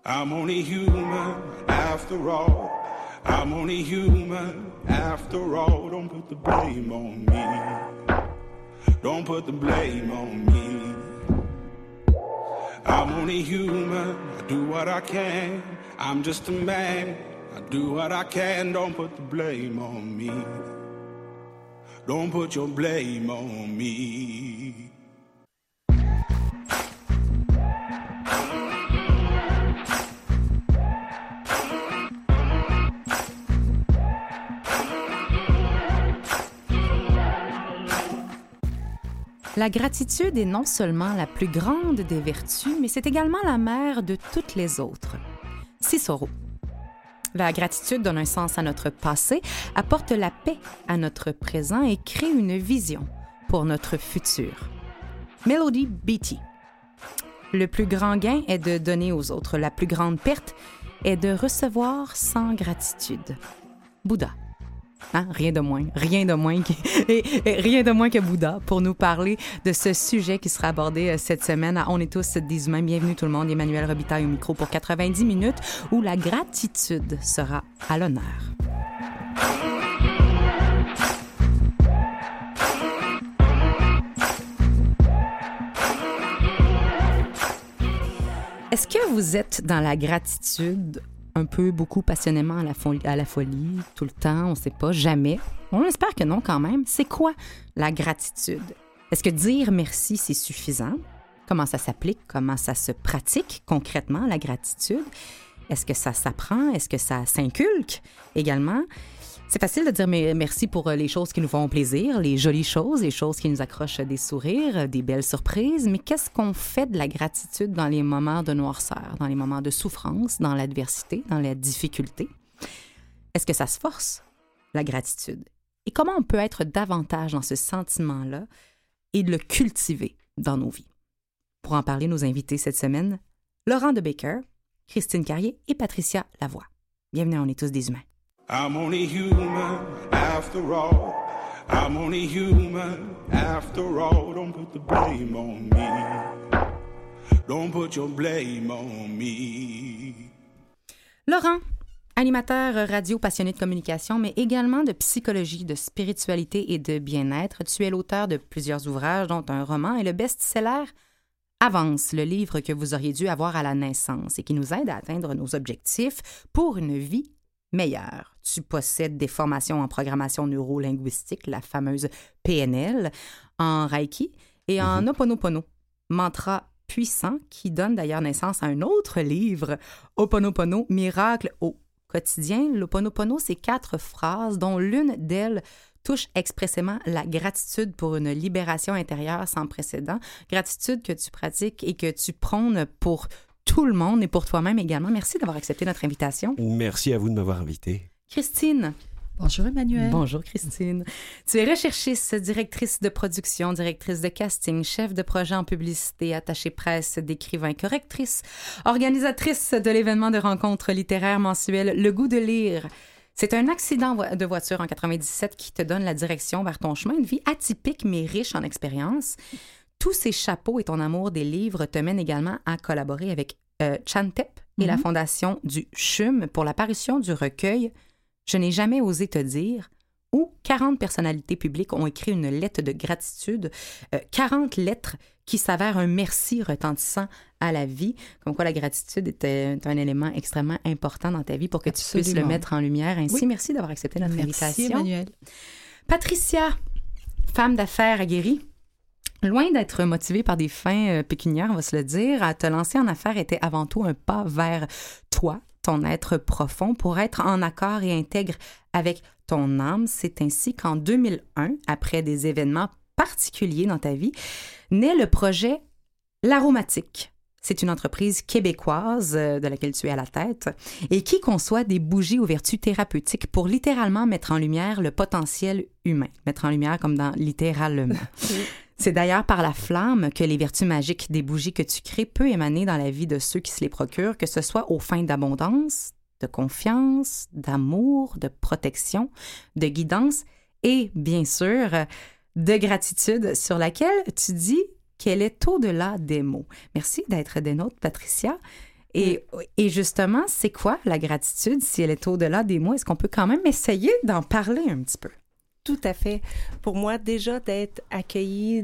I'm only human after all. I'm only human after all. Don't put the blame on me. Don't put the blame on me. I'm only human. I do what I can. I'm just a man. I do what I can. Don't put the blame on me. Don't put your blame on me. La gratitude est non seulement la plus grande des vertus, mais c'est également la mère de toutes les autres. Cicéron. La gratitude donne un sens à notre passé, apporte la paix à notre présent et crée une vision pour notre futur. Melody Beattie. Le plus grand gain est de donner aux autres. La plus grande perte est de recevoir sans gratitude. Bouddha. Hein? Rien de moins que Bouddha pour nous parler de ce sujet qui sera abordé cette semaine à On est tous des humains. Bienvenue tout le monde, Emmanuel Robitaille au micro pour 90 minutes où la gratitude sera à l'honneur. Est-ce que vous êtes dans la gratitude un peu, beaucoup, passionnément à la folie, tout le temps, on ne sait pas, jamais? On espère que non quand même. C'est quoi la gratitude? Est-ce que dire merci, c'est suffisant? Comment ça s'applique? Comment ça se pratique concrètement, la gratitude? Est-ce que ça s'apprend? Est-ce que ça s'inculque également? C'est facile de dire merci pour les choses qui nous font plaisir, les jolies choses, les choses qui nous accrochent des sourires, des belles surprises, mais qu'est-ce qu'on fait de la gratitude dans les moments de noirceur, dans les moments de souffrance, dans l'adversité, dans la difficulté? Est-ce que ça se force, la gratitude? Et comment on peut être davantage dans ce sentiment-là et de le cultiver dans nos vies? Pour en parler, nos invités cette semaine, Laurent de Baker, Christine Carrier et Patricia Lavoie. Bienvenue à On est tous des humains. I'm only human after all. I'm only human after all. Don't put the blame on me. Don't put your blame on me. Laurent, animateur radio passionné de communication, mais également de psychologie, de spiritualité et de bien-être. Tu es l'auteur de plusieurs ouvrages, dont un roman et le best-seller Avance, le livre que vous auriez dû avoir à la naissance et qui nous aide à atteindre nos objectifs pour une vie meilleure. Tu possèdes des formations en programmation neuro-linguistique, la fameuse PNL, en Reiki et en Ho'oponopono, mantra puissant qui donne d'ailleurs naissance à un autre livre, Ho'oponopono, miracle au quotidien. L'Ho'oponopono, c'est 4 phrases dont l'une d'elles touche expressément la gratitude pour une libération intérieure sans précédent. Gratitude que tu pratiques et que tu prônes pour tout le monde et pour toi-même également. Merci d'avoir accepté notre invitation. Merci à vous de m'avoir invité. Christine. Bonjour Emmanuel. Bonjour Christine. Tu es recherchiste, directrice de production, directrice de casting, chef de projet en publicité, attachée presse, d'écrivain, correctrice, organisatrice de l'événement de rencontre littéraire mensuel Le Goût de lire. C'est un accident de voiture en 97 qui te donne la direction vers ton chemin de vie atypique mais riche en expérience. Tous ces chapeaux et ton amour des livres te mènent également à collaborer avec Chantep et la fondation du CHUM pour l'apparition du recueil « Je n'ai jamais osé te dire » où 40 personnalités publiques ont écrit une lettre de gratitude, 40 lettres qui s'avèrent un merci retentissant à la vie, comme quoi la gratitude est un élément extrêmement important dans ta vie pour que tu puisses le mettre en lumière. Ainsi, merci d'avoir accepté notre invitation. Merci Emmanuel. Patricia, femme d'affaires aguerrie, loin d'être motivée par des fins pécuniaires, on va se le dire, à te lancer en affaires était avant tout un pas vers toi, ton être profond, pour être en accord et intègre avec ton âme. C'est ainsi qu'en 2001, après des événements particuliers dans ta vie, naît le projet L'Aromatique. C'est une entreprise québécoise de laquelle tu es à la tête et qui conçoit des bougies aux vertus thérapeutiques pour littéralement mettre en lumière le potentiel humain. Mettre en lumière comme dans littéralement. C'est d'ailleurs par la flamme que les vertus magiques des bougies que tu crées peut émaner dans la vie de ceux qui se les procurent, que ce soit aux fins d'abondance, de confiance, d'amour, de protection, de guidance et, bien sûr, de gratitude sur laquelle tu dis qu'elle est au-delà des mots. Merci d'être des nôtres, Patricia. Et justement, c'est quoi la gratitude si elle est au-delà des mots? Est-ce qu'on peut quand même essayer d'en parler un petit peu? Tout à fait. Pour moi, déjà d'être accueillie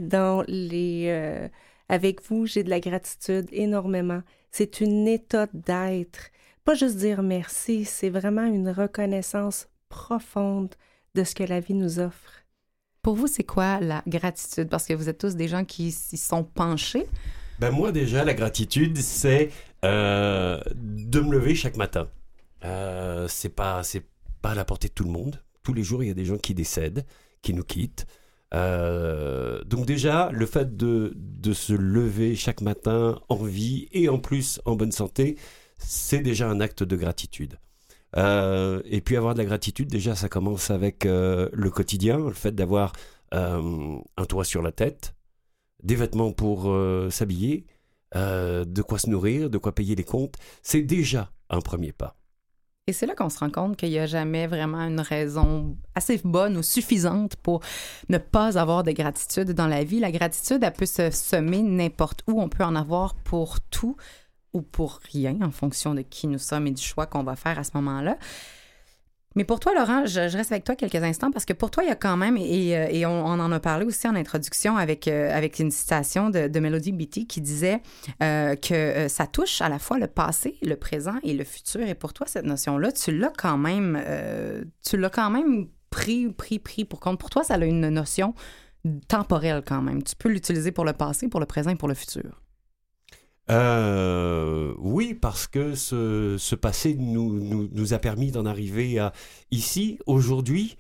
avec vous, j'ai de la gratitude énormément. C'est une état d'être. Pas juste dire merci, c'est vraiment une reconnaissance profonde de ce que la vie nous offre. Pour vous, c'est quoi la gratitude? Parce que vous êtes tous des gens qui s'y sont penchés. Ben moi, déjà, la gratitude, c'est de me lever chaque matin. C'est pas à la portée de tout le monde. Tous les jours, il y a des gens qui décèdent, qui nous quittent. Donc déjà, le fait de se lever chaque matin en vie et en plus en bonne santé, c'est déjà un acte de gratitude. Et puis avoir de la gratitude, déjà, ça commence avec le quotidien, le fait d'avoir un toit sur la tête, des vêtements pour s'habiller, de quoi se nourrir, de quoi payer les comptes. C'est déjà un premier pas. Et c'est là qu'on se rend compte qu'il n'y a jamais vraiment une raison assez bonne ou suffisante pour ne pas avoir de gratitude dans la vie. La gratitude, elle peut se semer n'importe où. On peut en avoir pour tout ou pour rien, en fonction de qui nous sommes et du choix qu'on va faire à ce moment-là. Mais pour toi, Laurent, je reste avec toi quelques instants parce que pour toi, il y a quand même, et on en a parlé aussi en introduction avec une citation de Melody Beattie qui disait que ça touche à la fois le passé, le présent et le futur. Et pour toi, cette notion-là, tu l'as quand même pris pour compte. Pour toi, ça a une notion temporelle quand même. Tu peux l'utiliser pour le passé, pour le présent et pour le futur. Oui, parce que ce passé nous a permis d'en arriver à ici, aujourd'hui,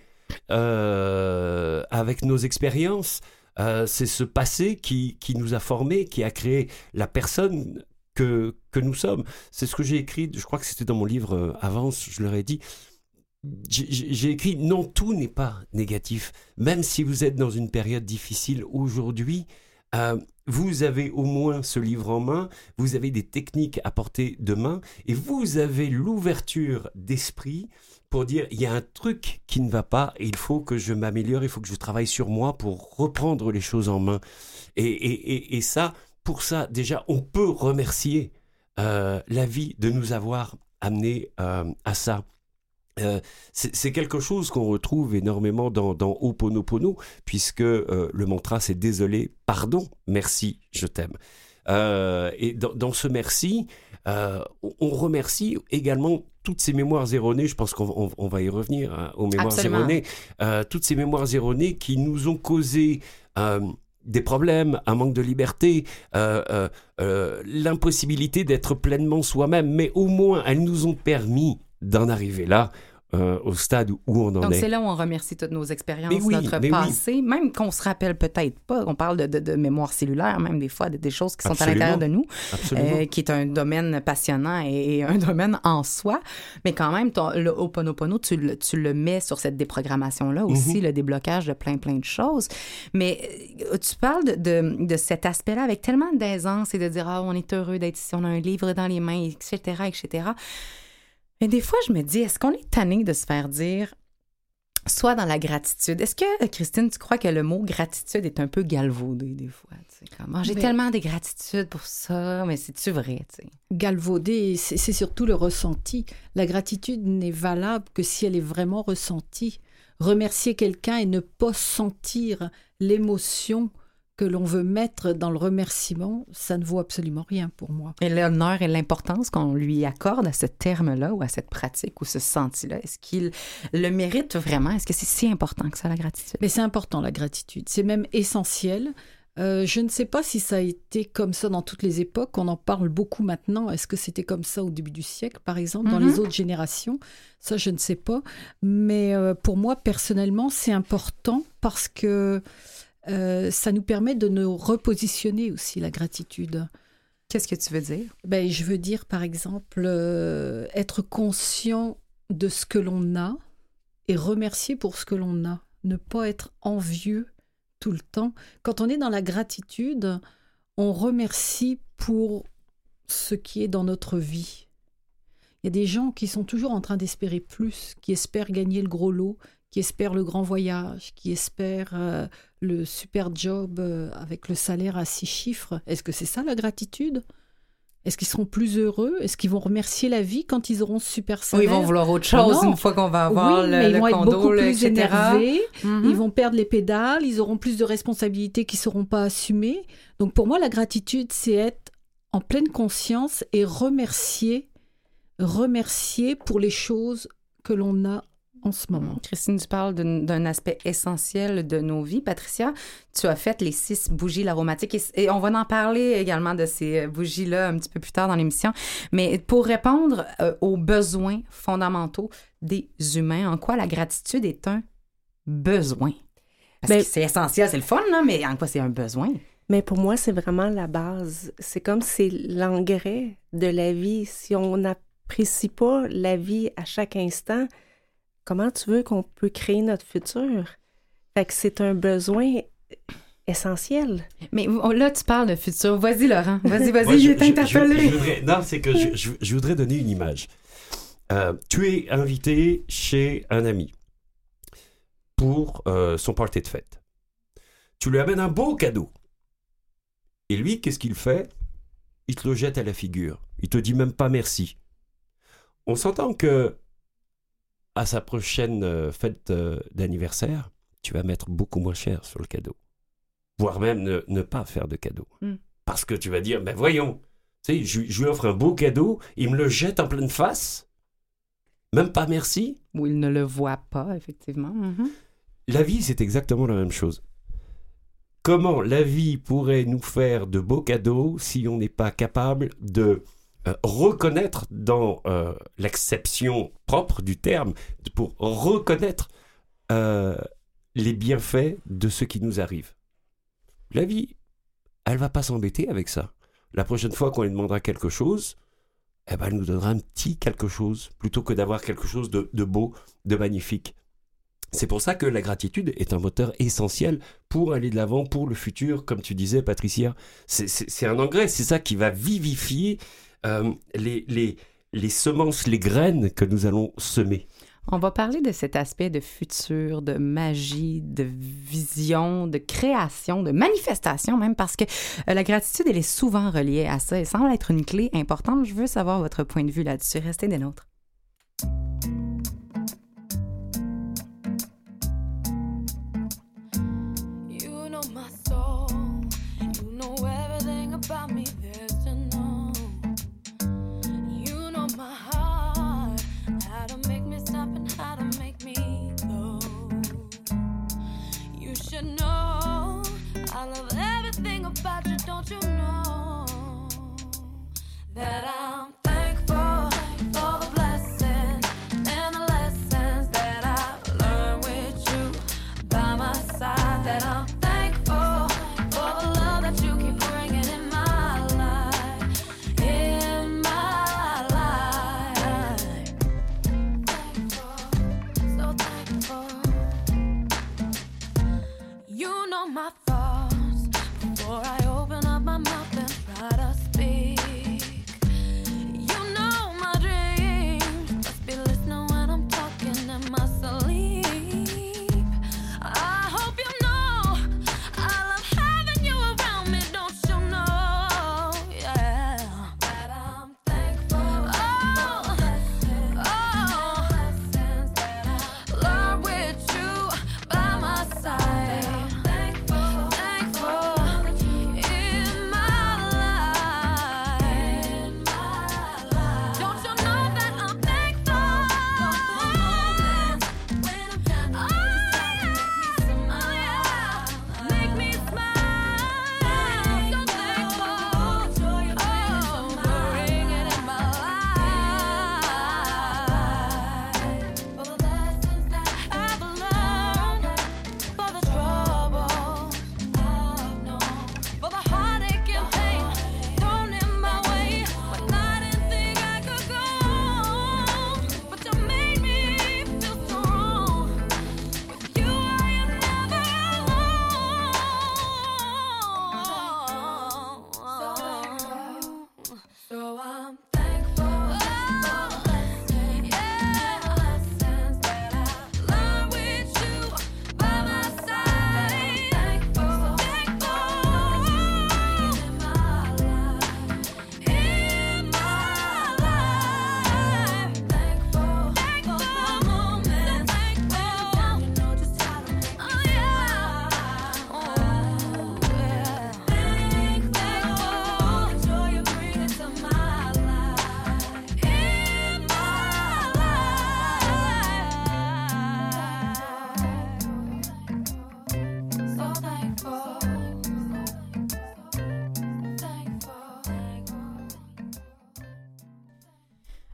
avec nos expériences. C'est ce passé qui nous a formés, qui a créé la personne que nous sommes. C'est ce que j'ai écrit, je crois que c'était dans mon livre Avance, je leur ai dit. J'ai écrit, non, tout n'est pas négatif. Même si vous êtes dans une période difficile aujourd'hui, vous avez au moins ce livre en main, vous avez des techniques à portée de main et vous avez l'ouverture d'esprit pour dire il y a un truc qui ne va pas et il faut que je m'améliore, il faut que je travaille sur moi pour reprendre les choses en main. Et ça, pour ça, déjà, on peut remercier la vie de nous avoir amené à ça. C'est quelque chose qu'on retrouve énormément dans Ho'oponopono, puisque le mantra c'est désolé, pardon, merci, je t'aime. Et dans ce merci, on remercie également toutes ces mémoires erronées. Je pense qu'on va y revenir hein, aux mémoires Absolument. erronées. Toutes ces mémoires erronées qui nous ont causé des problèmes, un manque de liberté, l'impossibilité d'être pleinement soi-même, mais au moins elles nous ont permis d'en arriver là, au stade où on en est. Donc, c'est là où on remercie toutes nos expériences, oui, notre passé, même qu'on se rappelle peut-être pas. On parle de mémoire cellulaire, même des fois, des choses qui sont à l'intérieur de nous, qui est un domaine passionnant et un domaine en soi. Mais quand même, le Ho'oponopono, tu le mets sur cette déprogrammation-là aussi, le déblocage de plein de choses. Mais tu parles de cet aspect-là avec tellement d'aisance et de dire « Ah, on est heureux d'être ici, on a un livre dans les mains, etc., etc. » Mais des fois, je me dis, est-ce qu'on est tanné de se faire dire, soit dans la gratitude? Est-ce que, Christine, tu crois que le mot gratitude est un peu galvaudé des fois? Comme, j'ai tellement de gratitude pour ça, mais c'est-tu vrai? T'sais? Galvaudé, c'est surtout le ressenti. La gratitude n'est valable que si elle est vraiment ressentie. Remercier quelqu'un et ne pas sentir l'émotion que l'on veut mettre dans le remerciement, ça ne vaut absolument rien pour moi. Et l'honneur et l'importance qu'on lui accorde à ce terme-là ou à cette pratique ou ce senti-là, est-ce qu'il le mérite vraiment? Est-ce que c'est si important que ça, la gratitude? Mais c'est important, la gratitude. C'est même essentiel. Je ne sais pas si ça a été comme ça dans toutes les époques. On en parle beaucoup maintenant. Est-ce que c'était comme ça au début du siècle, par exemple, dans les autres générations? Ça, je ne sais pas. Mais pour moi, personnellement, c'est important parce que ça nous permet de nous repositionner aussi, la gratitude. Qu'est-ce que tu veux dire? Ben, je veux dire, par exemple, être conscient de ce que l'on a et remercier pour ce que l'on a. Ne pas être envieux tout le temps. Quand on est dans la gratitude, on remercie pour ce qui est dans notre vie. Il y a des gens qui sont toujours en train d'espérer plus, qui espèrent gagner le gros lot, qui espèrent le grand voyage, qui espèrent le super job avec le salaire à 6 chiffres. Est-ce que c'est ça la gratitude? Est-ce qu'ils seront plus heureux? Est-ce qu'ils vont remercier la vie quand ils auront ce super Ou salaire? ils vont vouloir autre chose Non. une fois qu'on va avoir mais ils le vont être condo, beaucoup plus etc. énervés, Mhm. ils vont perdre les pédales, ils auront plus de responsabilités qui ne seront pas assumées. Donc pour moi, la gratitude, c'est être en pleine conscience et remercier pour les choses que l'on a en ce moment. Christine, tu parles d'un aspect essentiel de nos vies. Patricia, tu as fait les 6 bougies aromatiques et on va en parler également de ces bougies-là un petit peu plus tard dans l'émission. Mais pour répondre aux besoins fondamentaux des humains, en quoi la gratitude est un besoin? Parce que c'est essentiel, c'est le fun, là, mais en quoi c'est un besoin? Mais pour moi, c'est vraiment la base. C'est comme c'est l'engrais de la vie. Si on n'apprécie pas la vie à chaque instant, comment tu veux qu'on peut créer notre futur? Fait que c'est un besoin essentiel. Mais là, tu parles de futur. Vas-y, Laurent. Vas-y, Moi, éteins ta télé. Non, c'est que je voudrais donner une image. Tu es invité chez un ami pour son party de fête. Tu lui amènes un beau cadeau. Et lui, qu'est-ce qu'il fait? Il te le jette à la figure. Il te dit même pas merci. On s'entend que à sa prochaine fête d'anniversaire, tu vas mettre beaucoup moins cher sur le cadeau. Voire même ne pas faire de cadeau. Parce que tu vas dire, ben voyons, tu sais, je lui offre un beau cadeau, il me le jette en pleine face, même pas merci. Ou il ne le voit pas, effectivement. Mm-hmm. La vie, c'est exactement la même chose. Comment la vie pourrait nous faire de beaux cadeaux si on n'est pas capable de reconnaître dans l'acception propre du terme, pour reconnaître les bienfaits de ce qui nous arrive. La vie, elle va pas s'embêter avec ça. La prochaine fois qu'on lui demandera quelque chose, eh ben, elle nous donnera un petit quelque chose, plutôt que d'avoir quelque chose de beau, de magnifique. C'est pour ça que la gratitude est un moteur essentiel pour aller de l'avant, pour le futur, comme tu disais, Patricia. C'est un engrais, c'est ça qui va vivifier les semences, les graines que nous allons semer. On va parler de cet aspect de futur, de magie, de vision, de création, de manifestation même, parce que la gratitude, elle est souvent reliée à ça. Elle semble être une clé importante. Je veux savoir votre point de vue là-dessus. Restez des nôtres. Don't you know that I'm thankful for the blessings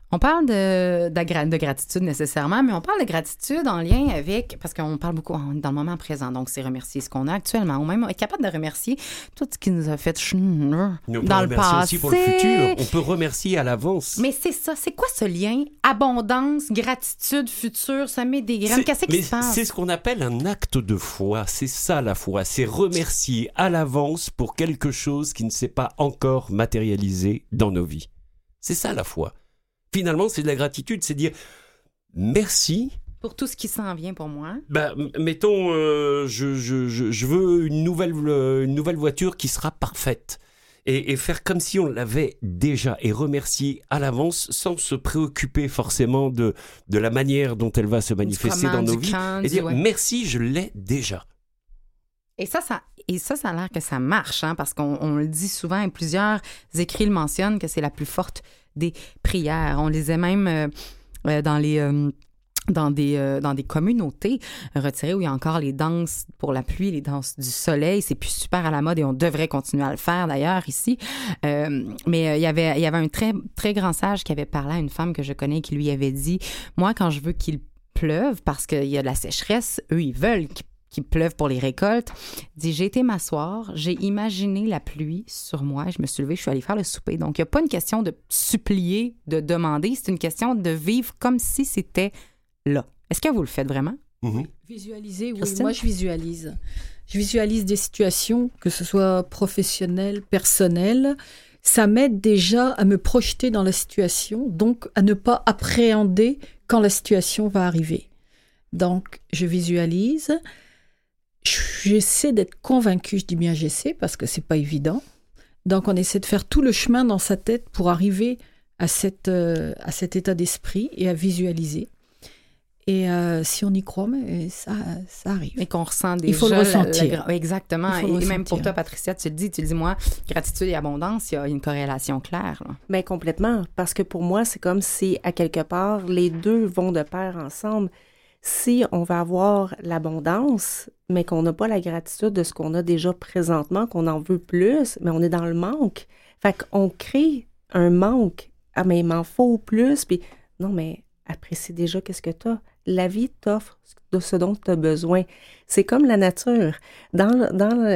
On parle de gratitude nécessairement, mais on parle de gratitude en lien avec, parce qu'on parle beaucoup, on est dans le moment présent, donc c'est remercier ce qu'on a actuellement, ou même être capable de remercier tout ce qui nous a fait dans le passé. Aussi pour le futur. On peut remercier à l'avance. Mais c'est ça, c'est quoi ce lien? Abondance, gratitude, futur, semer des graines, qu'est-ce qui se passe? C'est ce qu'on appelle un acte de foi, c'est ça la foi, c'est remercier à l'avance pour quelque chose qui ne s'est pas encore matérialisé dans nos vies. C'est ça la foi. Finalement, c'est de la gratitude, c'est dire merci. Pour tout ce qui s'en vient pour moi. Mettons, je veux une nouvelle voiture qui sera parfaite. Et faire comme si on l'avait déjà et remercier à l'avance sans se préoccuper forcément de la manière dont elle va se manifester dans nos vies. Et dire merci, je l'ai déjà. Et ça a l'air que ça marche, hein, parce qu'on le dit souvent et plusieurs écrits le mentionnent que c'est la plus forte des prières. On lisait même dans des communautés retirées où il y a encore les danses pour la pluie, les danses du soleil. C'est plus super à la mode et on devrait continuer à le faire d'ailleurs ici. Mais il y avait un très, très grand sage qui avait parlé à une femme que je connais qui lui avait dit « Moi, quand je veux qu'il pleuve, parce qu'il y a de la sécheresse, eux, ils veulent qu'il pleuve pour les récoltes. » Dit, j'ai été m'asseoir, j'ai imaginé la pluie sur moi, je me suis levée, je suis allée faire le souper. Donc, il n'y a pas une question de supplier, de demander, c'est une question de vivre comme si c'était là. Est-ce que vous le faites vraiment? Mm-hmm. Visualiser, oui. Christine? Moi, je visualise. Je visualise des situations, que ce soit professionnelles, personnelles. Ça m'aide déjà à me projeter dans la situation, donc à ne pas appréhender quand la situation va arriver. Donc, je visualise. J'essaie d'être convaincue, je dis bien j'essaie parce que c'est pas évident. Donc on essaie de faire tout le chemin dans sa tête pour arriver à cet état d'esprit et à visualiser. Et si on y croit, mais ça arrive. Et qu'on ressent déjà... Il faut le ressentir. Exactement. Et ressentir. même pour toi, Patricia, tu le dis, moi, gratitude et abondance, il y a une corrélation claire. Là. Bien, complètement. Parce que pour moi, c'est comme si, à quelque part, les deux vont de pair ensemble. Si on va avoir l'abondance, mais qu'on n'a pas la gratitude de ce qu'on a déjà présentement, qu'on en veut plus, mais on est dans le manque. Fait qu'on crée un manque. Ah, mais il m'en faut plus. Puis, non, mais apprécie déjà qu'est-ce que tu as. La vie t'offre de ce dont tu as besoin. C'est comme la nature. Dans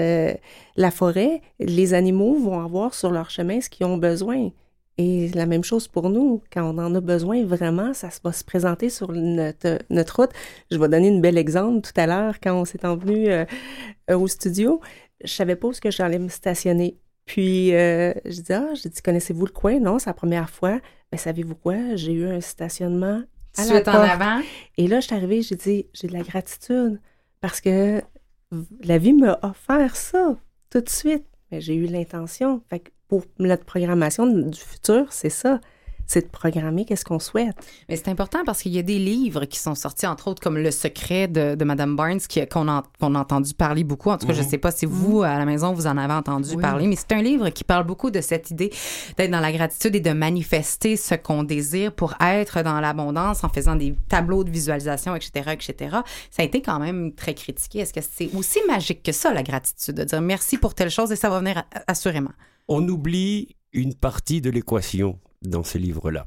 la forêt, les animaux vont avoir sur leur chemin ce qu'ils ont besoin. Et la même chose pour nous. Quand on en a besoin vraiment, ça va se présenter sur notre route. Je vais donner un bel exemple. Tout à l'heure, quand on s'est envenu au studio, je savais pas où que j'allais me stationner. Puis, j'ai dit, connaissez-vous le coin? Non, c'est la première fois. Mais savez-vous quoi? J'ai eu un stationnement à la porte. En avant. Et là, je suis arrivée, j'ai dit, j'ai de la gratitude parce que la vie m'a offert ça tout de suite. Mais j'ai eu l'intention. Fait que pour notre programmation du futur, c'est ça. C'est de programmer qu'est-ce qu'on souhaite. Mais c'est important parce qu'il y a des livres qui sont sortis, entre autres, comme Le Secret de Madame Barnes, qu'on a entendu parler beaucoup. En tout cas, je ne sais pas si vous, à la maison, vous en avez entendu parler, mais c'est un livre qui parle beaucoup de cette idée d'être dans la gratitude et de manifester ce qu'on désire pour être dans l'abondance en faisant des tableaux de visualisation, etc., etc. Ça a été quand même très critiqué. Est-ce que c'est aussi magique que ça, la gratitude, de dire merci pour telle chose et ça va venir assurément? On oublie une partie de l'équation dans ces livres-là.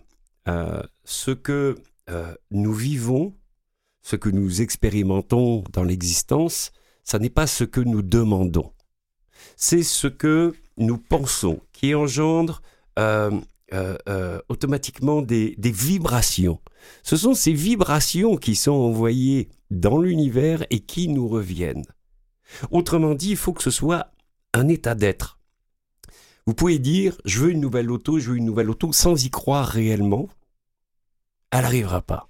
Ce que nous vivons, ce que nous expérimentons dans l'existence, ça n'est pas ce que nous demandons. C'est ce que nous pensons, qui engendre automatiquement des vibrations. Ce sont ces vibrations qui sont envoyées dans l'univers et qui nous reviennent. Autrement dit, il faut que ce soit un état d'être. Vous pouvez dire, je veux une nouvelle auto, sans y croire réellement. Elle n'arrivera pas.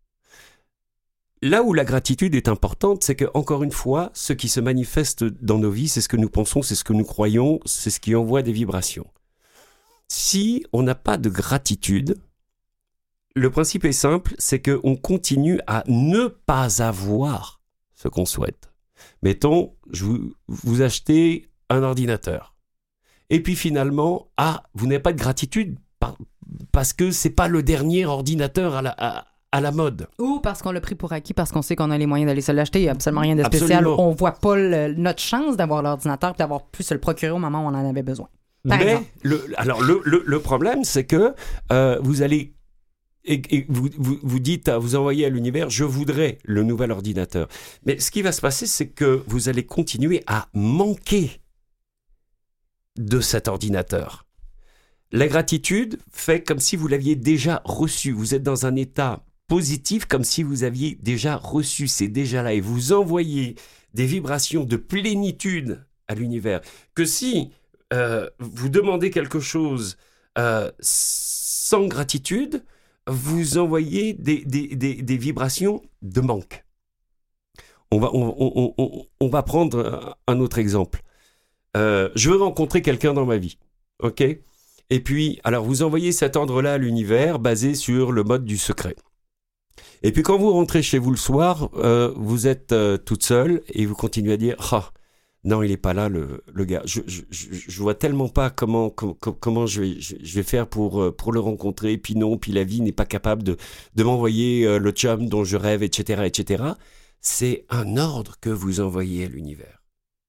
Là où la gratitude est importante, c'est que, encore une fois, ce qui se manifeste dans nos vies, c'est ce que nous pensons, c'est ce que nous croyons, c'est ce qui envoie des vibrations. Si on n'a pas de gratitude, le principe est simple, c'est qu'on continue à ne pas avoir ce qu'on souhaite. Mettons, vous achetez un ordinateur. Et puis finalement, vous n'avez pas de gratitude parce que c'est pas le dernier ordinateur à la mode. Ou parce qu'on l'a pris pour acquis, parce qu'on sait qu'on a les moyens d'aller se l'acheter. Il n'y a absolument rien de spécial. Absolument. On voit pas notre chance d'avoir l'ordinateur et d'avoir pu se le procurer au moment où on en avait besoin. Par exemple. Le problème, c'est que vous allez et vous dites, vous envoyez à l'univers, je voudrais le nouvel ordinateur. Mais ce qui va se passer, c'est que vous allez continuer à manquer de cet ordinateur. La gratitude fait comme si vous l'aviez déjà reçu. Vous êtes dans un état positif comme si vous aviez déjà reçu. C'est déjà là. Et vous envoyez des vibrations de plénitude à l'univers. Que si vous demandez quelque chose sans gratitude, vous envoyez des vibrations de manque. On va prendre un autre exemple. Je veux rencontrer quelqu'un dans ma vie, ok ? Et puis, alors vous envoyez cet ordre-là à l'univers basé sur le mode du secret. Et puis quand vous rentrez chez vous le soir, vous êtes toute seule et vous continuez à dire « Ah, non, il n'est pas là, le gars. Je vois tellement pas comment je vais faire pour le rencontrer. Puis non, puis la vie n'est pas capable de m'envoyer le chum dont je rêve, etc., etc. » C'est un ordre que vous envoyez à l'univers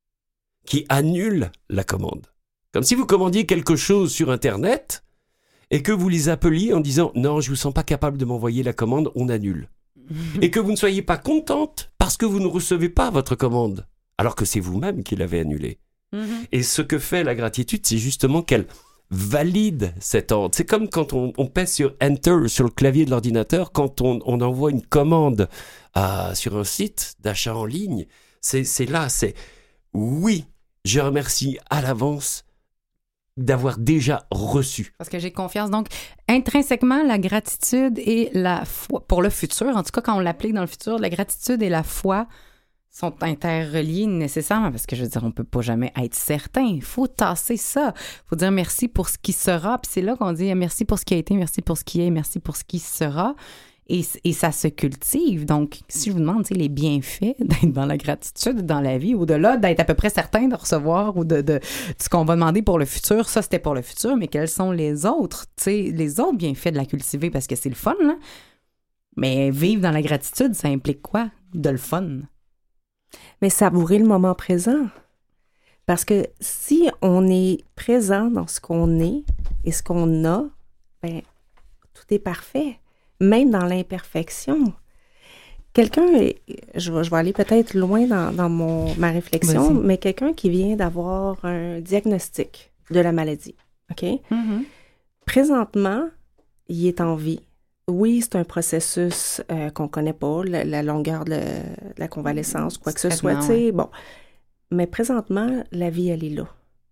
qui annule la commande. Comme si vous commandiez quelque chose sur Internet et que vous les appeliez en disant « Non, je ne vous sens pas capable de m'envoyer la commande, on annule. » Et que vous ne soyez pas contente parce que vous ne recevez pas votre commande. Alors que c'est vous-même qui l'avez annulé. Et ce que fait la gratitude, c'est justement qu'elle valide cet ordre. C'est comme quand on pèse sur Enter sur le clavier de l'ordinateur, quand on envoie une commande sur un site d'achat en ligne. C'est là, c'est oui, je remercie à l'avance d'avoir déjà reçu. Parce que j'ai confiance. Donc, intrinsèquement, la gratitude et la foi, pour le futur, en tout cas quand on l'applique dans le futur, la gratitude et la foi sont interreliés nécessairement, parce que je veux dire, on peut pas jamais être certain. Il faut tasser ça. Il faut dire merci pour ce qui sera. Puis c'est là qu'on dit merci pour ce qui a été, merci pour ce qui est, merci pour ce qui sera. Et ça se cultive. Donc, si je vous demande les bienfaits d'être dans la gratitude dans la vie, au-delà d'être à peu près certain de recevoir ou de ce qu'on va demander pour le futur, ça c'était pour le futur, mais quels sont les autres bienfaits de la cultiver? Parce que c'est le fun, là. Mais vivre dans la gratitude, ça implique quoi? De le fun. Mais savourer le moment présent. Parce que si on est présent dans ce qu'on est et ce qu'on a, ben, tout est parfait, même dans l'imperfection. Quelqu'un, je vais aller peut-être loin dans ma réflexion, Vas-y. mais quelqu'un qui vient d'avoir un diagnostic de la maladie, OK? Mm-hmm. Présentement, il est en vie. Oui, c'est un processus qu'on ne connaît pas, la longueur de la convalescence, quoi que ce soit, tu sais, bon. Mais présentement, la vie, elle est là.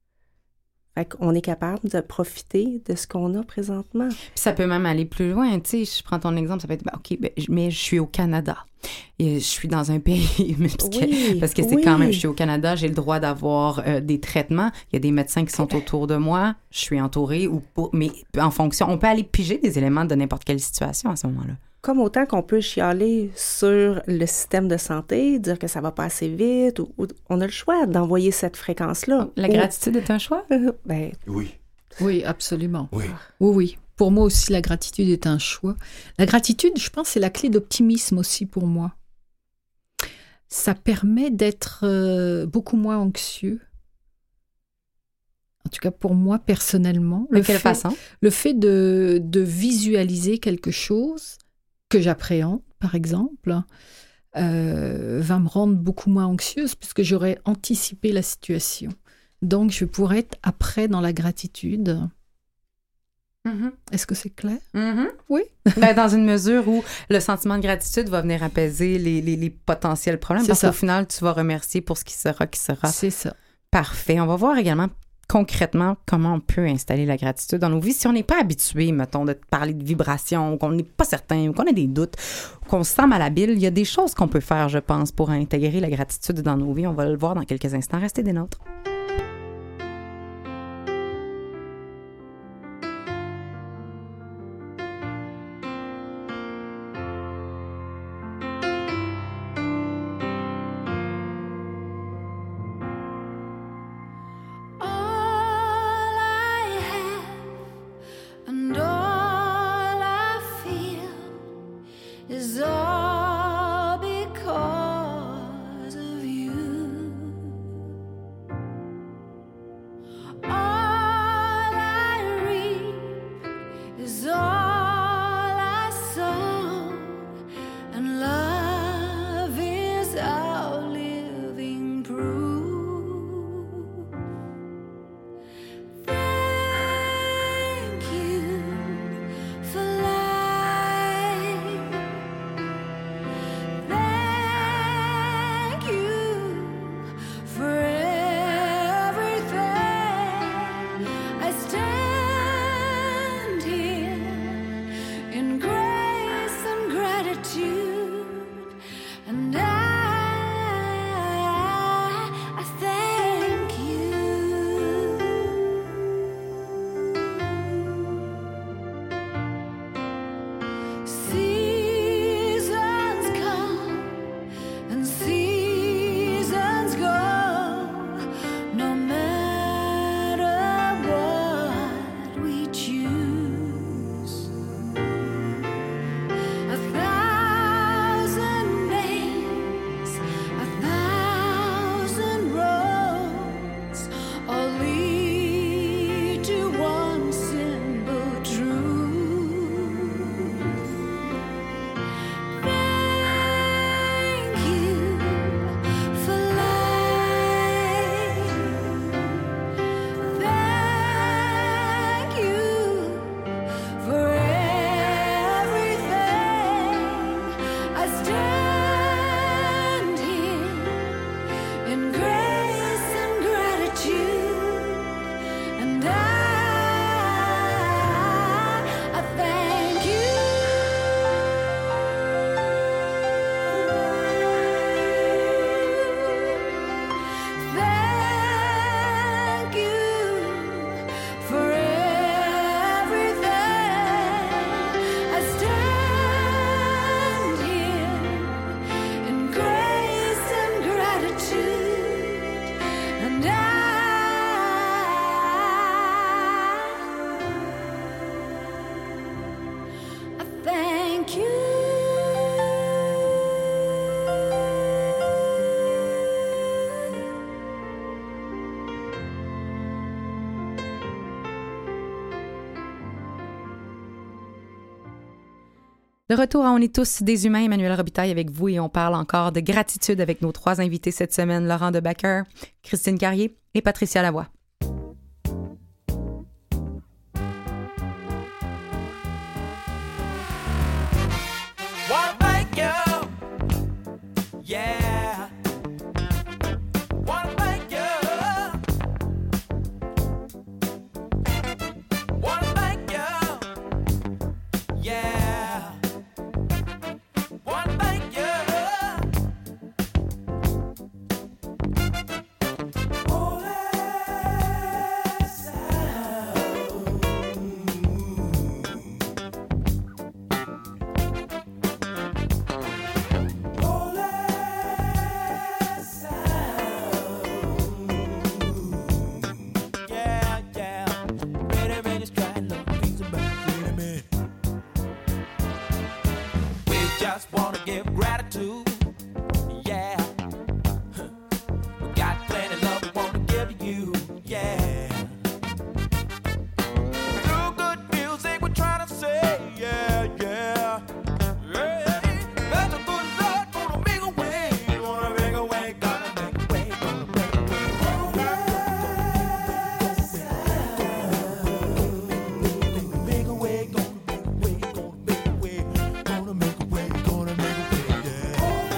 Fait qu'on est capable de profiter de ce qu'on a présentement. Puis ça peut même aller plus loin, tu sais, je prends ton exemple, ça peut être, OK, mais je suis au Canada. Et je suis dans un pays, parce que c'est quand même, je suis au Canada, j'ai le droit d'avoir des traitements. Il y a des médecins qui sont autour de moi, je suis entourée, mais en fonction, on peut aller piger des éléments de n'importe quelle situation à ce moment-là. Comme autant qu'on peut chialer sur le système de santé, dire que ça va pas assez vite, ou on a le choix d'envoyer cette fréquence-là. La gratitude est un choix? Ben, Oui. Oui, absolument. Oui. Oui. Pour moi aussi, la gratitude est un choix. La gratitude, je pense, c'est la clé d'optimisme aussi pour moi. Ça permet d'être beaucoup moins anxieux. En tout cas, pour moi, personnellement. De quelle façon? Le fait de visualiser quelque chose que j'appréhende, par exemple, va me rendre beaucoup moins anxieuse puisque j'aurais anticipé la situation. Donc, je pourrais être après dans la gratitude. Mm-hmm. Est-ce que c'est clair? Mm-hmm. Oui. Ben, dans une mesure où le sentiment de gratitude va venir apaiser les potentiels problèmes. C'est Parce ça. qu'au final, tu vas remercier pour ce qui sera, C'est ça. Parfait. On va voir également concrètement comment on peut installer la gratitude dans nos vies. Si on n'est pas habitué, mettons, de parler de vibrations, qu'on n'est pas certain, qu'on a des doutes, qu'on se sent malhabile, il y a des choses qu'on peut faire, je pense, pour intégrer la gratitude dans nos vies. On va le voir dans quelques instants. Restez des nôtres. All I have and all I feel is all because of you. gratitude, and I thank you. Seasons come and seasons go, no matter what we choose. 1,000 names, 1,000 roads, all lead to one simple truth. Thank you for life. Thank you for everything. I stand here in grace and gratitude, and I thank you. Thank you for everything. I stand here in grace and gratitude, and I thank you. De retour à On est tous des humains, Emmanuel Robitaille avec vous et on parle encore de gratitude avec nos 3 invités cette semaine, Laurent Debacker, Christine Carrier et Patricia Lavoie. Wanna thank you, yeah. Wanna thank you. Wanna thank you, yeah. Wanna thank you. Yeah, yeah. Wait a minute, try to look things about. Wait a minute. We just wanna give gratitude. Yeah. We got plenty love we wanna give you. Yeah. Through good music we're trying to say. Yeah, yeah. Yeah. That's a good Lord gonna make a way. Gonna make a way. Gonna make a way. Gonna make a way. Make a way, gonna make a way, gonna make a way, gonna make a way, gonna make a way, yeah.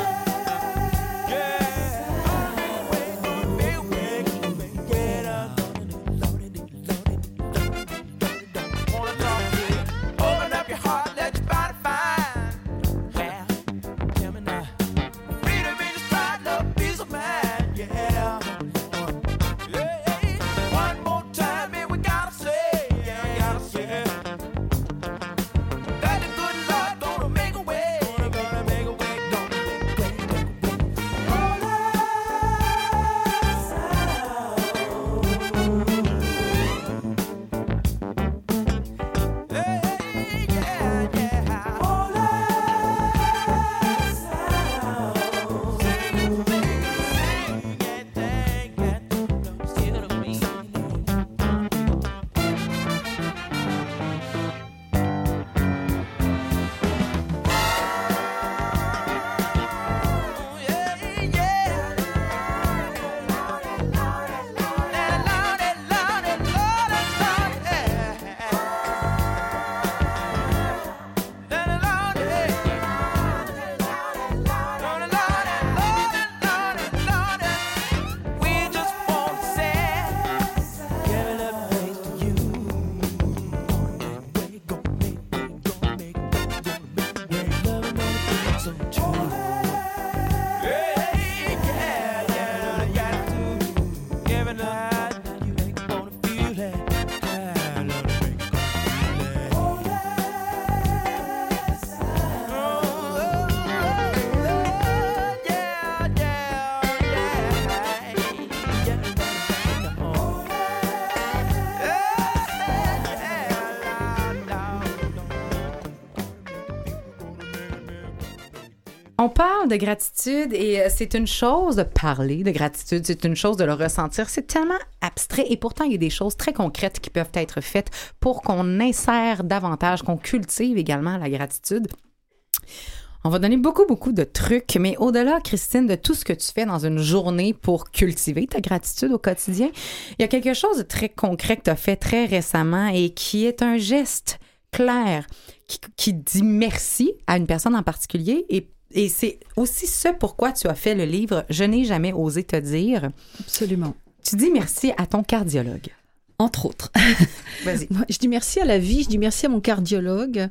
On parle de gratitude et c'est une chose de parler de gratitude, c'est une chose de le ressentir. C'est tellement abstrait et pourtant, il y a des choses très concrètes qui peuvent être faites pour qu'on insère davantage, qu'on cultive également la gratitude. On va donner beaucoup de trucs, mais au-delà, Christine, de tout ce que tu fais dans une journée pour cultiver ta gratitude au quotidien, il y a quelque chose de très concret que tu as fait très récemment et qui est un geste clair qui dit merci à une personne en particulier et c'est aussi ce pourquoi tu as fait le livre « Je n'ai jamais osé te dire ». Absolument. Tu dis merci à ton cardiologue. Entre autres. Vas-y. Je dis merci à la vie, je dis merci à mon cardiologue.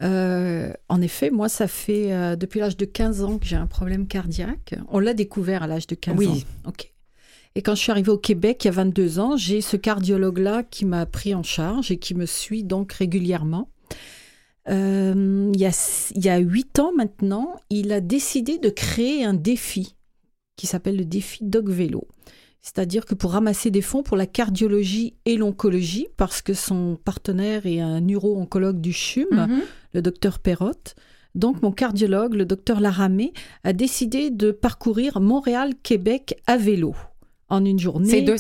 En effet, moi, ça fait depuis l'âge de 15 ans que j'ai un problème cardiaque. On l'a découvert à l'âge de 15 ans. Oui. OK. Et quand je suis arrivée au Québec, il y a 22 ans, j'ai ce cardiologue-là qui m'a pris en charge et qui me suit donc régulièrement. Il y a 8 ans maintenant, il a décidé de créer un défi qui s'appelle le défi Dog Vélo. C'est-à-dire que pour ramasser des fonds pour la cardiologie et l'oncologie, parce que son partenaire est un neuro-oncologue du CHUM, le docteur Perrotte. Donc, mon cardiologue, le docteur Laramé, a décidé de parcourir Montréal-Québec à vélo en une journée. C'est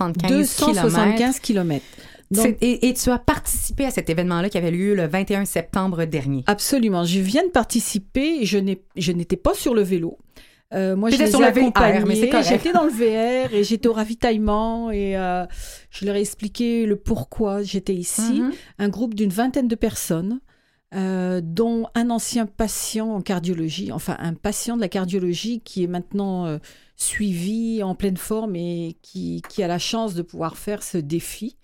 275 kilomètres. Donc, et tu as participé à cet événement-là qui avait lieu le 21 septembre dernier. Absolument. Je viens de participer. Je n'étais pas sur le vélo. Moi, je J'étais les sur ai le VR, accompagnés. mais c'est correct. J'étais dans le VR et j'étais au ravitaillement et je leur ai expliqué le pourquoi j'étais ici. Un groupe d'une 20aine de personnes, dont un ancien patient en cardiologie, enfin un patient de la cardiologie qui est maintenant suivi en pleine forme et qui a la chance de pouvoir faire ce défi.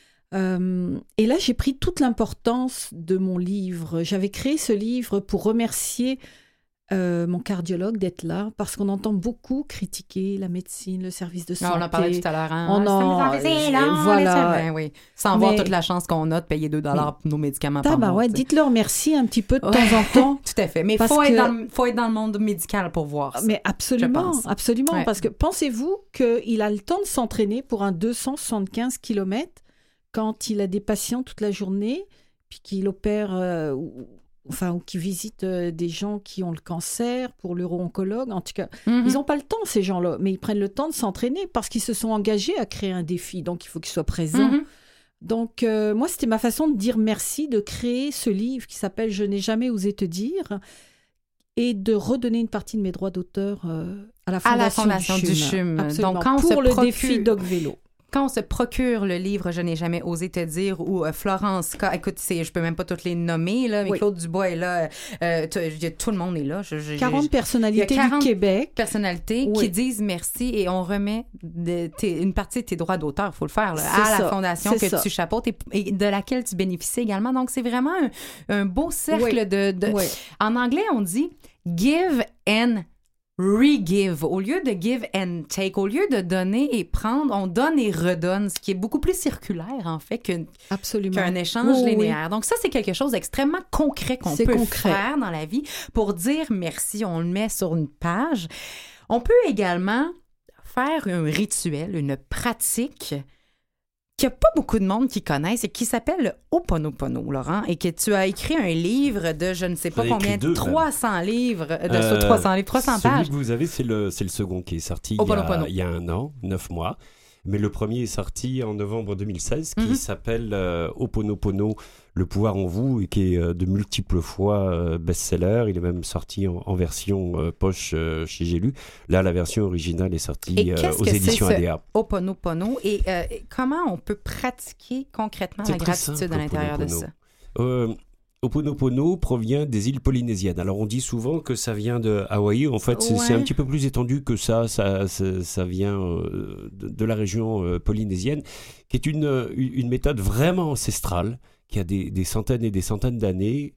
Et là, j'ai pris toute l'importance de mon livre. J'avais créé ce livre pour remercier mon cardiologue d'être là, parce qu'on entend beaucoup critiquer la médecine, le service de santé. On en parlait tout à l'heure. Hein? On en... Voilà. Ben oui. Sans voir toute la chance qu'on a de payer 2 $ pour nos médicaments par mois. Ouais, dites-leur merci un petit peu de temps en temps. Tout à fait. Mais il faut être dans le monde médical pour voir ça. Mais absolument, absolument. Ouais. Parce que pensez-vous qu'il a le temps de s'entraîner pour un 275 km quand il a des patients toute la journée, puis qu'il opère... ou qui visitent des gens qui ont le cancer pour l'euro-oncologue. En tout cas, ils n'ont pas le temps, ces gens-là, mais ils prennent le temps de s'entraîner parce qu'ils se sont engagés à créer un défi. Donc, il faut qu'ils soient présents. Donc, moi, c'était ma façon de dire merci, de créer ce livre qui s'appelle « Je n'ai jamais osé te dire » et de redonner une partie de mes droits d'auteur à la Fondation du CHUM. Absolument. Donc, quand pour le défi Dog Vélo. Quand on se procure le livre « Je n'ai jamais osé te dire » ou Florence K, écoute, je peux même pas toutes les nommer, là, mais Claude Dubois est là, tout le monde est là. 40 personnalités il y a 40 du Québec. Personnalités qui disent merci et on remet une partie de tes droits d'auteur, il faut le faire, là, à la fondation que tu chapeautes et de laquelle tu bénéficies également. Donc, c'est vraiment un beau cercle de... En anglais, on dit « give and re-give ». Au lieu de give and take, au lieu de donner et prendre, on donne et redonne, ce qui est beaucoup plus circulaire, en fait, qu'un échange linéaire. Donc ça, c'est quelque chose d'extrêmement concret qu'on peut faire dans la vie pour dire merci. On le met sur une page. On peut également faire un rituel, une pratique qu'il n'y a pas beaucoup de monde qui connaissent et qui s'appelle le Ho'oponopono, Laurent, et que tu as écrit un livre de je ne sais pas combien, 300 livres, 300 pages. Celui que vous avez, c'est le second qui est sorti il y a 1 an, 9 mois. Mais le premier est sorti en novembre 2016, qui s'appelle Ho'oponopono, le pouvoir en vous, et qui est de multiples fois best-seller. Il est même sorti en version poche chez J'ai lu. Là, la version originale est sortie aux éditions ADA. Ho'oponopono et comment on peut pratiquer concrètement la gratitude à l'intérieur de ça? Ho'oponopono provient des îles polynésiennes. Alors, on dit souvent que ça vient de Hawaï. En fait, c'est un petit peu plus étendu que ça. Ça vient de la région polynésienne, qui est une méthode vraiment ancestrale, qui a des centaines et des centaines d'années.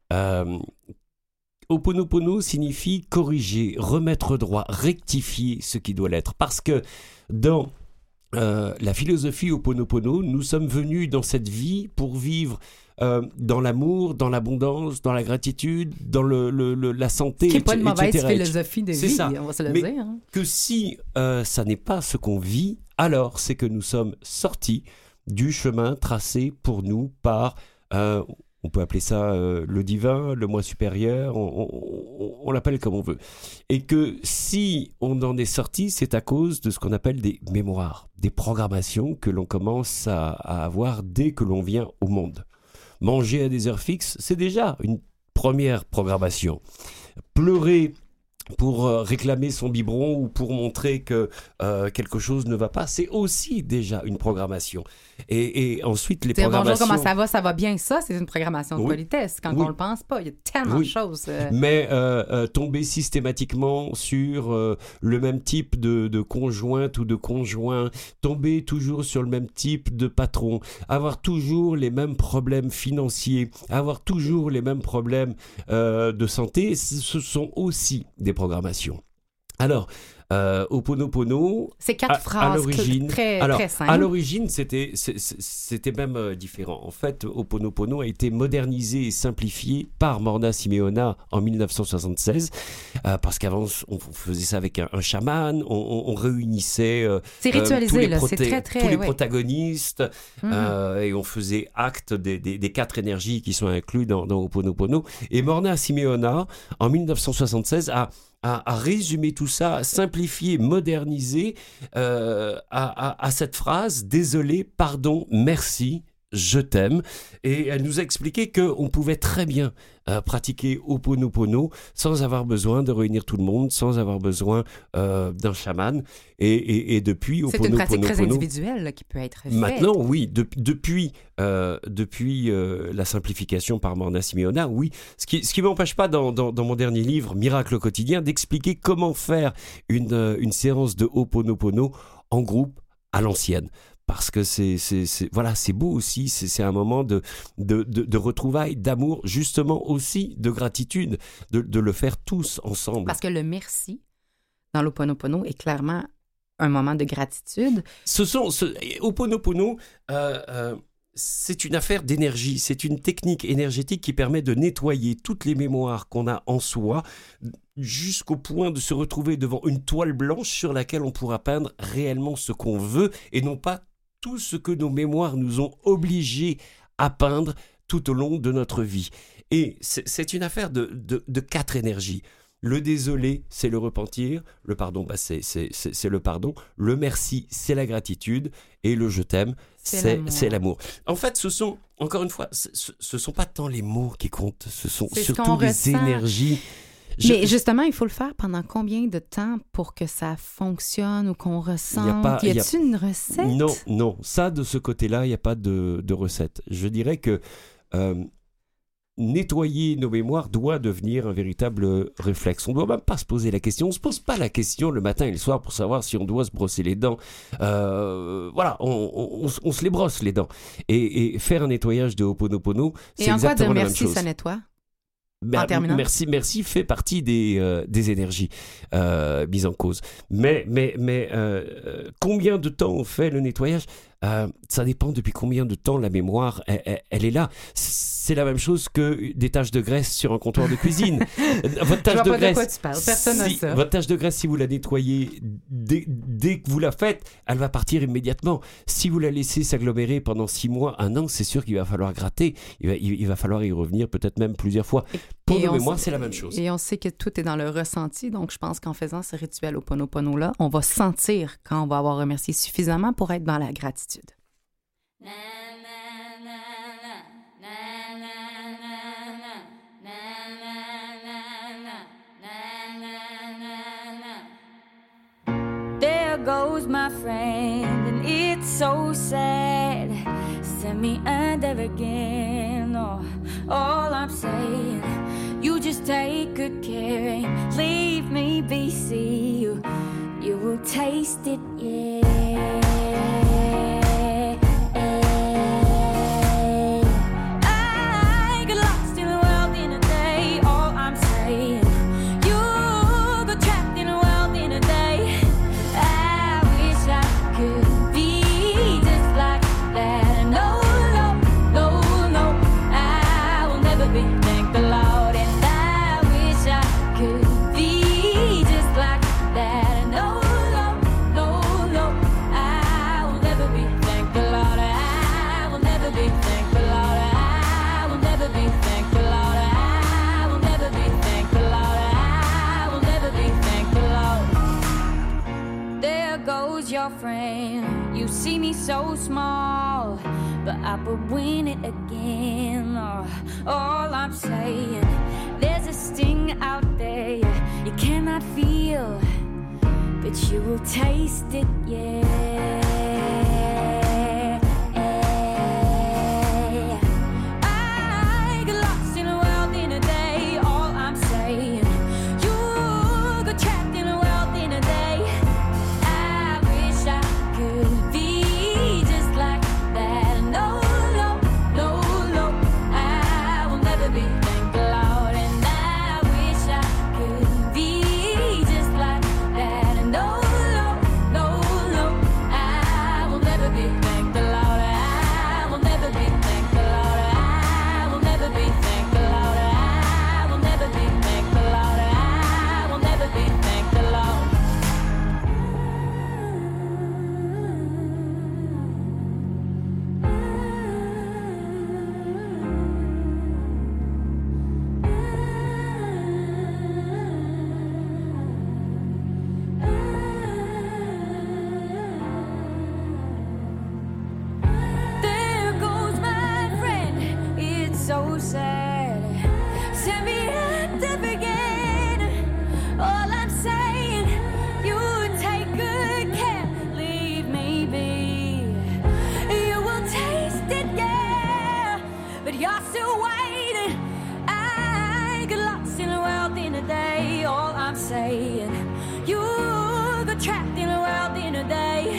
Ho'oponopono signifie corriger, remettre droit, rectifier ce qui doit l'être. Parce que dans la philosophie Ho'oponopono, nous sommes venus dans cette vie pour vivre dans l'amour, dans l'abondance, dans la gratitude, dans la santé, qui n'est pas une mauvaise etc. philosophie de vie, on va se le dire. Hein. Que si ça n'est pas ce qu'on vit, alors c'est que nous sommes sortis du chemin tracé pour nous par, on On peut appeler ça le divin, le moi supérieur, on l'appelle comme on veut. Et que si on en est sorti, c'est à cause de ce qu'on appelle des mémoires, des programmations que l'on commence à avoir dès que l'on vient au monde. Manger à des heures fixes, c'est déjà une première programmation. Pleurer pour réclamer son biberon ou pour montrer que quelque chose ne va pas, c'est aussi déjà une programmation. Et ensuite, les Dire programmations... bonjour, comment ça va bien, ça, c'est une programmation de Oui. politesse. Quand Oui. on le pense pas, il y a tellement Oui. de choses. Mais tomber systématiquement sur le même type de conjointe ou de conjoint, tomber toujours sur le même type de patron, avoir toujours les mêmes problèmes financiers, avoir toujours les mêmes problèmes de santé, ce sont aussi des programmations. Alors, Ho'oponopono, C'est 4 à phrases l'origine, très à simples. l'origine, c'était même différent. En fait, Ho'oponopono a été modernisé et simplifié par Morna Simeona en 1976, parce qu'avant, on faisait ça avec un chaman, on réunissait C'est tous ritualisé, les là. C'est très, très... tous les ouais. protagonistes, et on faisait acte des 4 énergies qui sont incluses dans Ho'oponopono. Et Morna Simeona, en 1976, a résumé tout ça, simplifié, modernisé à cette phrase « Désolé, pardon, merci, je t'aime ». Et elle nous a expliqué qu'on pouvait très bien pratiquer Ho'oponopono sans avoir besoin de réunir tout le monde, sans avoir besoin d'un chaman. Et depuis C'est une pratique très Ho'oponopono... individuelle là, qui peut être faite. Maintenant, oui, depuis la simplification par Morna Simeona, oui. Ce qui m'empêche pas dans mon dernier livre, Miracle au quotidien, d'expliquer comment faire une séance de Ho'oponopono en groupe à l'ancienne. Parce que c'est beau aussi, c'est un moment de retrouvailles, d'amour, justement aussi de gratitude, de le faire tous ensemble. Parce que le merci dans l'Ho'oponopono est clairement un moment de gratitude. Ho'oponopono, c'est une affaire d'énergie, c'est une technique énergétique qui permet de nettoyer toutes les mémoires qu'on a en soi jusqu'au point de se retrouver devant une toile blanche sur laquelle on pourra peindre réellement ce qu'on veut et non pas tout ce que nos mémoires nous ont obligés à peindre tout au long de notre vie. Et c'est une affaire de 4 énergies. Le désolé, c'est le repentir. Le pardon, c'est le pardon. Le merci, c'est la gratitude. Et le je t'aime, c'est l'amour. En fait, encore une fois, ce sont pas tant les mots qui comptent, ce sont C'est ce surtout qu'on les ressent. énergies. Mais justement, il faut le faire pendant combien de temps pour que ça fonctionne ou qu'on ressente? Y a-t-il une recette? Non. Ça, de ce côté-là, il n'y a pas de recette. Je dirais que nettoyer nos mémoires doit devenir un véritable réflexe. On ne doit même pas se poser la question. On ne se pose pas la question le matin et le soir pour savoir si on doit se brosser les dents. Voilà, on se les brosse les dents. Et faire un nettoyage de Ho'oponopono, c'est Et en quoi dire exactement la même merci, chose. ça nettoie? Ben, En terminant. Merci fait partie des énergies mises en cause. Mais combien de temps on fait le nettoyage? Ça dépend depuis combien de temps la mémoire elle est là. C'est la même chose que des taches de graisse sur un comptoir de cuisine. Votre tache Je vois de pas graisse, de quoi tu parles. Personne n'a ça. votre tache de graisse, si vous la nettoyez dès que vous la faites, elle va partir immédiatement. Si vous la laissez s'agglomérer pendant 6 mois, 1 an, c'est sûr qu'il va falloir gratter. Il va falloir y revenir peut-être même plusieurs fois. Pour nos mémoires, c'est la même chose. Et on sait que tout est dans le ressenti, donc je pense qu'en faisant ce rituel Ho'oponopono-là, on va sentir quand on va avoir remercié suffisamment pour être dans la gratitude. There goes my friend, and it's so sad. Send me under again. Oh, all I'm saying, you just take good care and leave me be. See you will taste it, yeah. I get lost in the world in a day. All I'm saying, you got trapped in a world in a day. I wish I could be just like that. No, I will never be like the Lord. And I wish I could be just like that. No, I will girlfriend. You see me so small, but I would win it again. Oh, all I'm saying, there's a sting out there you cannot feel, but you will taste it, yeah. I get lost in a world in a day. All I'm saying, you got trapped in a world in a day. I wish I could be just like that. No, no, no, no, I will never be thank the Lord. And I wish I could be just like that. No, no, no, no, I will never be thank the Lord. I will never be thank the Lord. I will never be thank the Lord. I will never be thank the Lord. I will never be thank the Lord. There goes my friend, it's so sad. Send me out to forget. All I'm saying, you take good care, leave me be. You will taste it, yeah, but you're still waiting. I get lost in a world in a day. All I'm saying, you got trapped in a world in a day.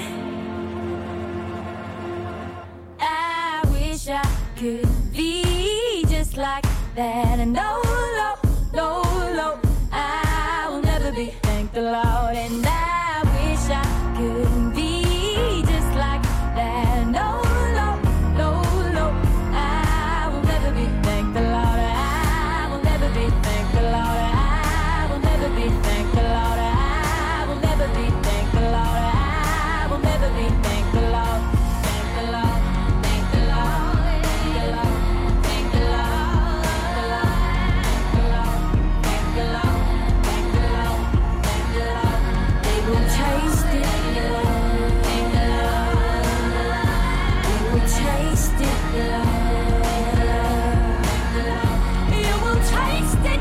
I wish I could be just like that. And no, no, no, no, I will never be thank the Lord. And I wish I could be just like that. No, no, no, no, I will never be thank the Lord. I will never be thank the Lord. I will never be thank the Lord. I will never be thank the Lord. I will never be thank the Lord. Thank the Lord. Thank the Lord. Thank the Lord. Thank the Lord. Thank the Lord. Thank the Lord. Thank the Lord. They will taste it. Thank the Lord. They will taste it. You will taste it.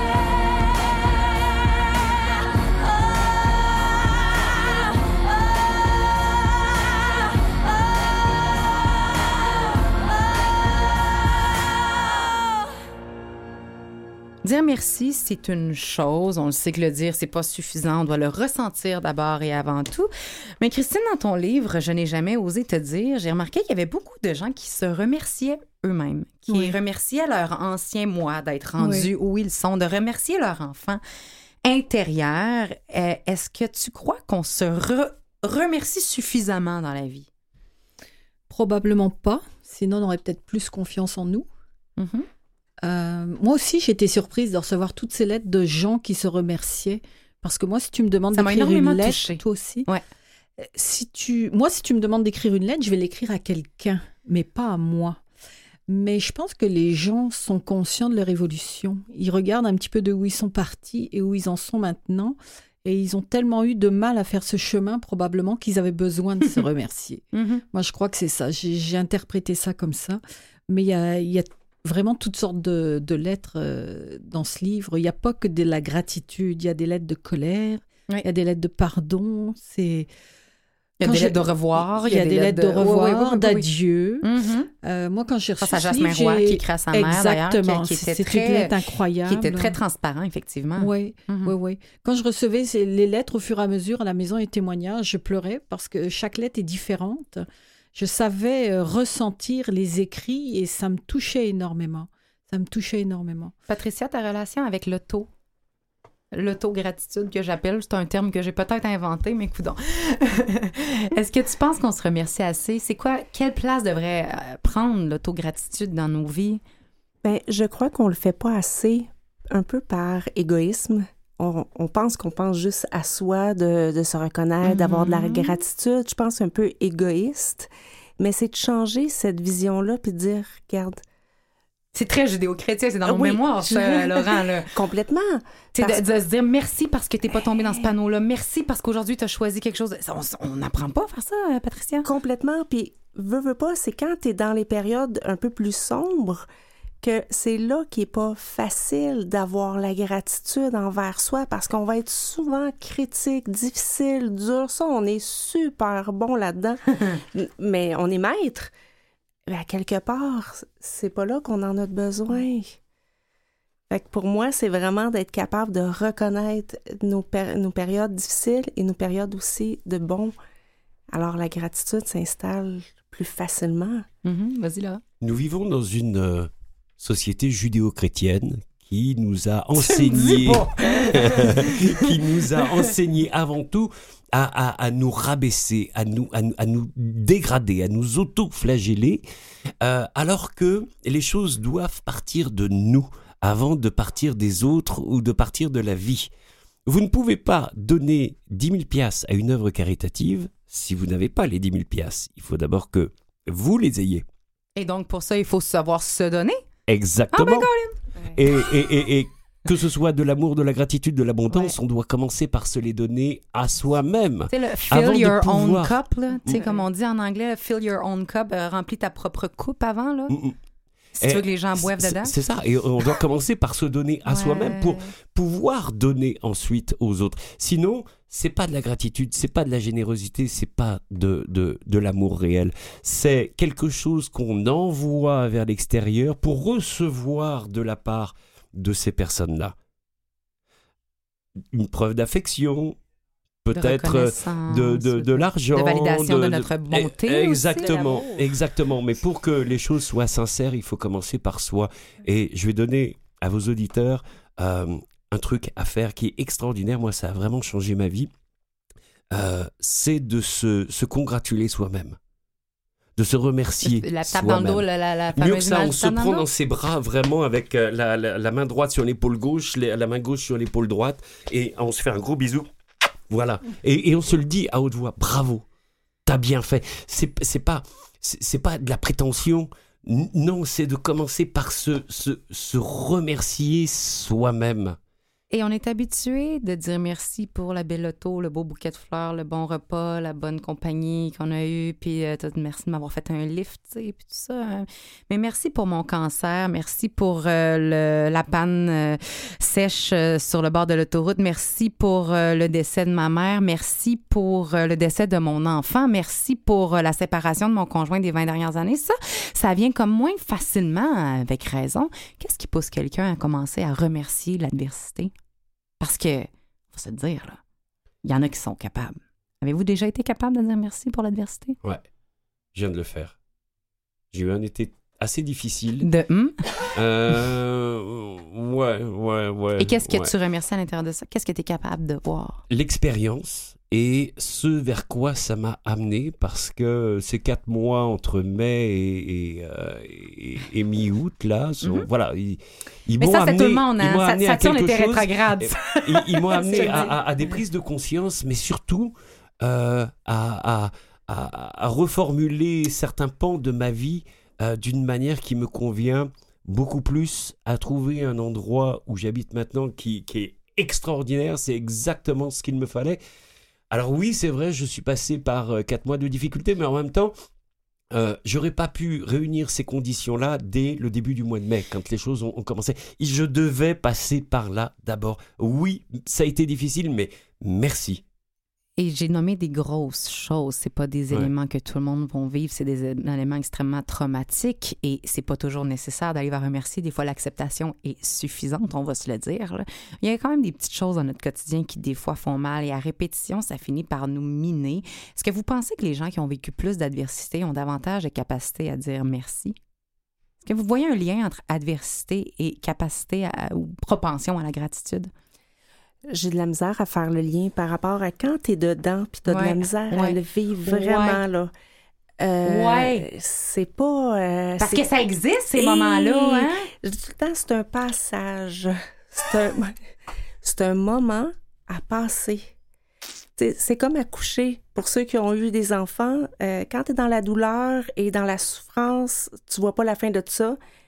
Dire merci, c'est une chose. On le sait que le dire, c'est pas suffisant. On doit le ressentir d'abord et avant tout. Mais Christine, dans ton livre, Je n'ai jamais osé te dire, j'ai remarqué qu'il y avait beaucoup de gens qui se remerciaient eux-mêmes, qui Oui. remerciaient leur ancien moi d'être rendus où ils sont, de remercier leur enfant intérieur. Est-ce que tu crois qu'on se remercie suffisamment dans la vie? Probablement pas, sinon on aurait peut-être plus confiance en nous. Mhm. Moi aussi, j'étais surprise de recevoir toutes ces lettres de gens qui se remerciaient. Parce que moi, si tu me demandes Ça m'a d'écrire énormément une lettre, touchée. toi aussi, Ouais. si tu me demandes d'écrire une lettre, je vais l'écrire à quelqu'un, mais pas à moi. Mais je pense que les gens sont conscients de leur évolution. Ils regardent un petit peu de où ils sont partis et où ils en sont maintenant. Et ils ont tellement eu de mal à faire ce chemin, probablement, qu'ils avaient besoin de se remercier. Mhm. Moi, je crois que c'est ça. J'ai interprété ça comme ça. Mais il y a vraiment toutes sortes de lettres dans ce livre. Il n'y a pas que de la gratitude. Il y a des lettres de colère. Oui. Il y a des lettres de pardon. Il y a Quand des je- lettres de revoir. Il y a des lettres de revoir, oui. d'adieu. Mhm. Moi, quand j'ai reçu Ça, c'est ce Jasmin livre, Roy j'ai- qui écrit à sa mère, d'ailleurs, Exactement. qui était C'est très- une lettre incroyable. Qui était très transparent, effectivement. Oui, Mhm. oui, oui. Quand je recevais les lettres au fur et à mesure à la maison et témoignages, je pleurais parce que chaque lettre est différente. Je savais ressentir les écrits et ça me touchait énormément. Ça me touchait énormément. Patricia, ta relation avec l'autogratitude que j'appelle, c'est un terme que j'ai peut-être inventé, mais coudonc. Est-ce que tu penses qu'on se remercie assez? C'est quoi, quelle place devrait prendre l'autogratitude dans nos vies? Ben, je crois qu'on le fait pas assez, un peu par égoïsme. On pense qu'on pense juste à soi, de se reconnaître, d'avoir de la gratitude. Je pense un peu égoïste. Mais c'est de changer cette vision-là puis de dire, regarde, C'est très judéo-chrétien, c'est dans nos Oui. mémoires, ça, Laurent. Là. Complètement. Tu sais, Parce- de se dire merci parce que t'es pas tombé dans ce panneau-là. Merci parce qu'aujourd'hui, t'as choisi quelque chose. On n'apprend pas à faire ça, Patricia. Complètement. Puis, veux pas, c'est quand tu es dans les périodes un peu plus sombres que c'est là qu'il n'est pas facile d'avoir la gratitude envers soi parce qu'on va être souvent critique, difficile, dur. Ça, on est super bon là-dedans, mais on est maître. Mais à quelque part, c'est pas là qu'on en a besoin. Fait que pour moi, c'est vraiment d'être capable de reconnaître nos périodes difficiles et nos périodes aussi de bons. Alors, la gratitude s'installe plus facilement. Vas-y, là. Nous vivons dans une société judéo-chrétienne qui nous a enseigné, qui nous a enseigné avant tout à nous rabaisser, à nous dégrader, à nous auto-flageller, alors que les choses doivent partir de nous avant de partir des autres ou de partir de la vie. Vous ne pouvez pas donner 10 000 piastres à une œuvre caritative si vous n'avez pas les 10 000 piastres. Il faut d'abord que vous les ayez. Et donc, pour ça, il faut savoir se donner. Exactement. Ah, Et que ce soit de l'amour, de la gratitude, de l'abondance, on doit commencer par se les donner à soi-même. Tu sais, le Avant fill de your own pouvoir- cup, là. Tu sais, comme on dit en anglais, fill your own cup, remplis ta propre coupe avant, là. Si tu veux que les gens boivent dedans. C'est ça, et on doit commencer par se donner à soi-même pour pouvoir donner ensuite aux autres. Sinon, c'est pas de la gratitude, c'est pas de la générosité, c'est pas de l'amour réel. C'est quelque chose qu'on envoie vers l'extérieur pour recevoir de la part de ces personnes-là. Une preuve d'affection, peut-être de l'argent, de validation de notre bonté exactement, aussi, exactement. Mais pour que les choses soient sincères, il faut commencer par soi. Et je vais donner à vos auditeurs un truc à faire qui est extraordinaire. Moi, ça a vraiment changé ma vie. C'est de se congratuler soi-même, de se remercier La tape dans le dos, soi-même. la Mieux que fameuse ça, image on du se tape dans prend le dos. dans ses bras vraiment avec la main droite sur l'épaule gauche, la main gauche sur l'épaule droite, et on se fait un gros bisou. Voilà. Et on se le dit à haute voix. Bravo. T'as bien fait. C'est pas de la prétention. Non, c'est de commencer par se remercier soi-même. Et on est habitué de dire merci pour la belle auto, le beau bouquet de fleurs, le bon repas, la bonne compagnie qu'on a eue, puis merci de m'avoir fait un lift, tu sais, puis tout ça. Mais merci pour mon cancer, merci pour la panne sèche sur le bord de l'autoroute, merci pour le décès de ma mère, merci pour le décès de mon enfant, merci pour la séparation de mon conjoint des 20 dernières années. Ça vient comme moins facilement, avec raison. Qu'est-ce qui pousse quelqu'un à commencer à remercier l'adversité? Parce que, faut se le dire, là, il y en a qui sont capables. Avez-vous déjà été capable de dire merci pour l'adversité? Ouais, je viens de le faire. J'ai eu un été assez difficile. Ouais. Et qu'est-ce que tu remercies à l'intérieur de ça? Qu'est-ce que tu es capable de voir? L'expérience et ce vers quoi ça m'a amené, parce que ces 4 mois entre mai et mi-août, là, voilà, ils Mais m'ont ça, c'est amené, tout le monde, ils m'ont hein? amené à Saturne quelque était chose. rétrograde. Ils m'ont amené à des prises de conscience, mais surtout à reformuler certains pans de ma vie d'une manière qui me convient beaucoup plus, à trouver un endroit où j'habite maintenant qui est extraordinaire. C'est exactement ce qu'il me fallait. Alors oui, c'est vrai, je suis passé par 4 mois de difficultés, mais en même temps, j'aurais pas pu réunir ces conditions-là dès le début du mois de mai, quand les choses ont commencé. Je devais passer par là d'abord. Oui, ça a été difficile, mais merci. Et j'ai nommé des grosses choses. C'est pas des éléments que tout le monde va vivre. C'est des éléments extrêmement traumatiques et c'est pas toujours nécessaire d'aller vers remercier. Des fois, l'acceptation est suffisante, on va se le dire, là. Il y a quand même des petites choses dans notre quotidien qui, des fois, font mal et à répétition, ça finit par nous miner. Est-ce que vous pensez que les gens qui ont vécu plus d'adversité ont davantage de capacité à dire merci? Est-ce que vous voyez un lien entre adversité et capacité ou propension à la gratitude? J'ai de la misère à faire le lien par rapport à quand t'es dedans puis t'as de la misère à le vivre vraiment, là. C'est pas... Parce que ça existe, ces moments-là, hein? Je dis tout le temps, c'est un passage. C'est un moment à passer. C'est comme accoucher. Pour ceux qui ont eu des enfants, quand t'es dans la douleur et dans la souffrance, tu vois pas la fin de ça,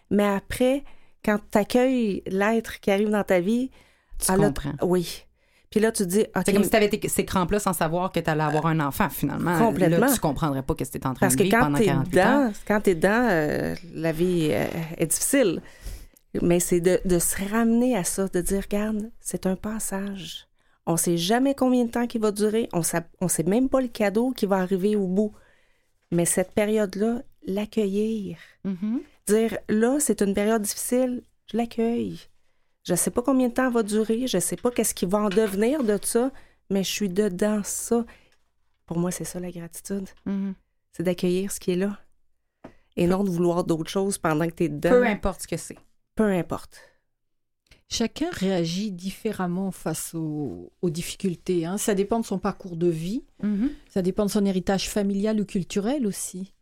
Mais après, quand tu accueilles l'être qui arrive dans ta vie... Tu comprends. Oui. Puis là, tu te dis... OK, C'est comme si tu avais ces crampes-là sans savoir que tu allais avoir un enfant, finalement. Complètement. Là, tu comprendrais pas ce que tu es en train parce de que vivre pendant 48 heures. quand t'es dedans, la vie est difficile. Mais c'est de se ramener à ça, de dire, regarde, c'est un passage. On sait jamais combien de temps il va durer. On sait même pas le cadeau qui va arriver au bout. Mais cette période-là, l'accueillir. Mhm. Dire, là, c'est une période difficile, je l'accueille. Je sais pas combien de temps elle va durer, je sais pas qu'est-ce qui va en devenir de ça, mais je suis dedans ça. Pour moi, c'est ça la gratitude. Mhm. C'est d'accueillir ce qui est là. Et non de vouloir d'autres choses pendant que tu es dedans. Peu importe ce que c'est. Peu importe. Chacun réagit différemment face aux difficultés. Hein. Ça dépend de son parcours de vie, Mhm. ça dépend de son héritage familial ou culturel aussi.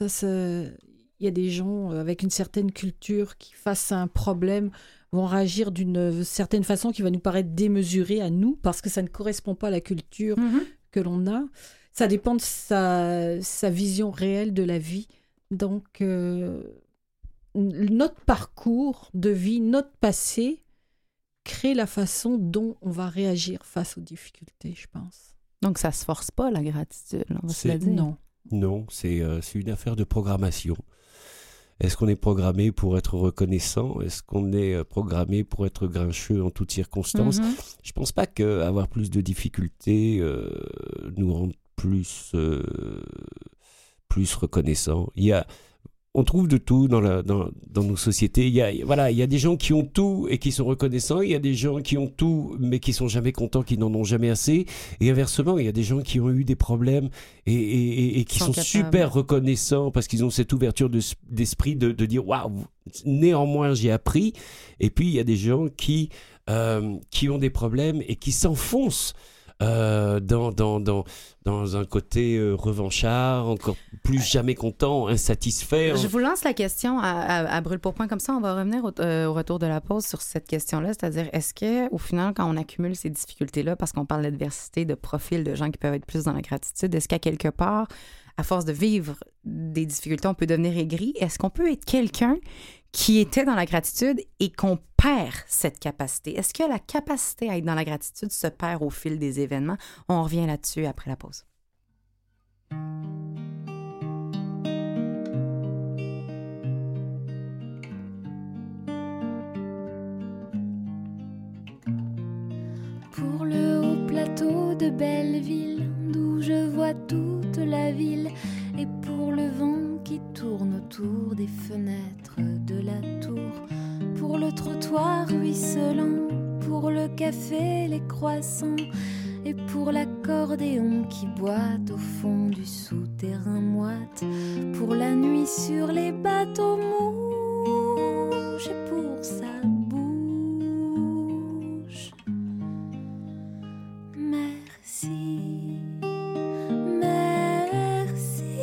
Il y a des gens avec une certaine culture qui, face à un problème, vont réagir d'une certaine façon qui va nous paraître démesurée à nous parce que ça ne correspond pas à la culture Mhm. que l'on a. Ça dépend de sa vision réelle de la vie. Donc, notre parcours de vie, notre passé, crée la façon dont on va réagir face aux difficultés, je pense. Donc, ça se force pas, la gratitude, on va se C'est- le dire. Non. Non, c'est une affaire de programmation. Est-ce qu'on est programmé pour être reconnaissant? Est-ce qu'on est programmé pour être grincheux en toutes circonstances? Mhm. Je pense pas qu'avoir plus de difficultés nous rende plus reconnaissants. On trouve de tout dans nos sociétés. Il y a des gens qui ont tout et qui sont reconnaissants. Il y a des gens qui ont tout mais qui sont jamais contents, qui n'en ont jamais assez. Et inversement, il y a des gens qui ont eu des problèmes et qui sont capables. super reconnaissants parce qu'ils ont cette ouverture d'esprit de dire « Waouh, néanmoins j'ai appris ». Et puis, il y a des gens qui ont des problèmes et qui s'enfoncent dans un côté revanchard, encore plus jamais content, insatisfait. Je vous lance la question à brûle-pourpoint comme ça. On va revenir au retour de la pause sur cette question-là, c'est-à-dire est-ce que au final, quand on accumule ces difficultés-là, parce qu'on parle d'adversité, de profil de gens qui peuvent être plus dans la gratitude, est-ce qu'à quelque part, à force de vivre des difficultés, on peut devenir aigri? Est-ce qu'on peut être quelqu'un qui était dans la gratitude et qu'on perd cette capacité? Est-ce que la capacité à être dans la gratitude se perd au fil des événements? On revient là-dessus après la pause. Pour le haut plateau de Belleville, d'où je vois toute la ville, et pour le vent qui tourne autour des fenêtres de la tour, pour le trottoir ruisselant, pour le café, les croissants, et pour l'accordéon qui boite au fond du souterrain moite, pour la nuit sur les bateaux mouches, et pour sa bouche. Merci, merci.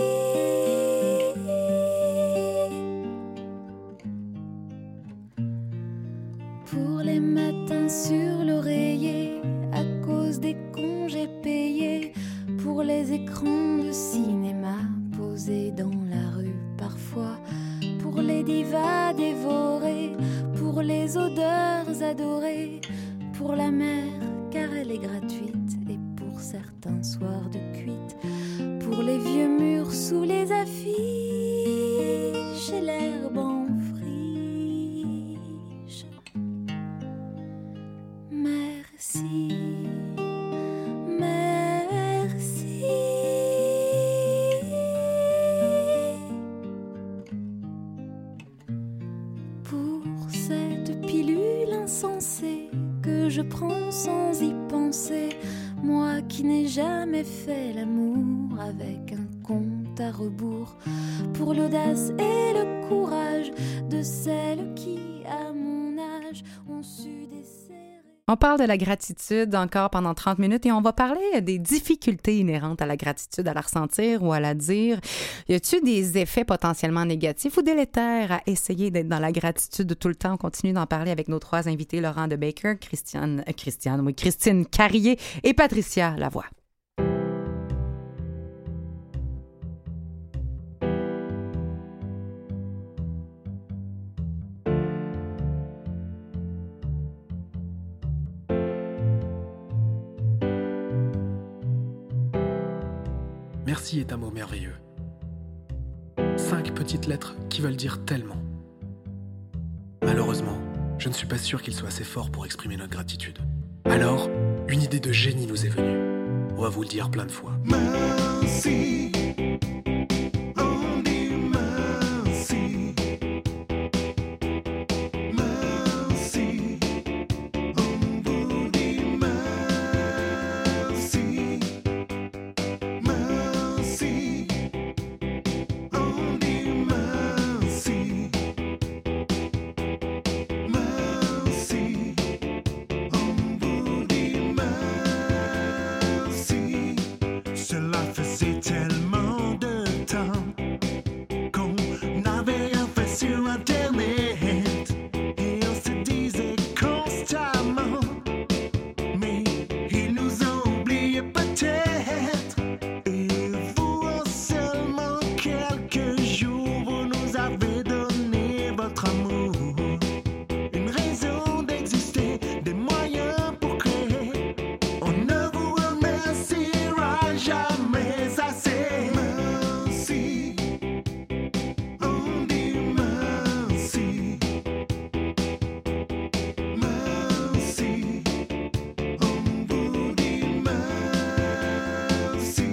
Pour les matins sur l'oreiller, à cause des congés payés, pour les écrans de cinéma posés dans la rue parfois, pour les divas dévorées, pour les odeurs adorées, pour la mer car elle est gratuite, et pour certains soirs de cuite, pour les vieux murs sous les affiches et l'herbe en friche. Merci, merci. Pour cette pilule insensée que je prends sans y penser, moi qui n'ai jamais fait l'amour avec un compte à rebours, pour l'audace et le courage de celles qui, à mon âge, ont su desserrer. On parle de la gratitude encore pendant 30 minutes et on va parler des difficultés inhérentes à la gratitude, à la ressentir ou à la dire. Y a-t-il des effets potentiellement négatifs ou délétères à essayer d'être dans la gratitude tout le temps? On continue d'en parler avec nos trois invités, Laurent de Baker, Christine Carrier et Patricia Lavoie. merci est un mot merveilleux. 5 petites lettres qui veulent dire tellement. Malheureusement, je ne suis pas sûr qu'il soit assez fort pour exprimer notre gratitude. Alors, une idée de génie nous est venue. On va vous le dire plein de fois. Merci. On dit merci. Merci. On vous dit merci. Merci. On dit merci. Merci. On vous dit merci. Cela faisait tellement de temps qu'on n'avait rien fait sur Internet et on se disait constamment, mais ils nous ont oubliés peut-être. Et vous, en seulement quelques jours, vous nous avez donné votre amour, une raison d'exister, des moyens pour créer. On ne vous remerciera jamais assez. Merci. On dit merci. Merci. On vous dit merci.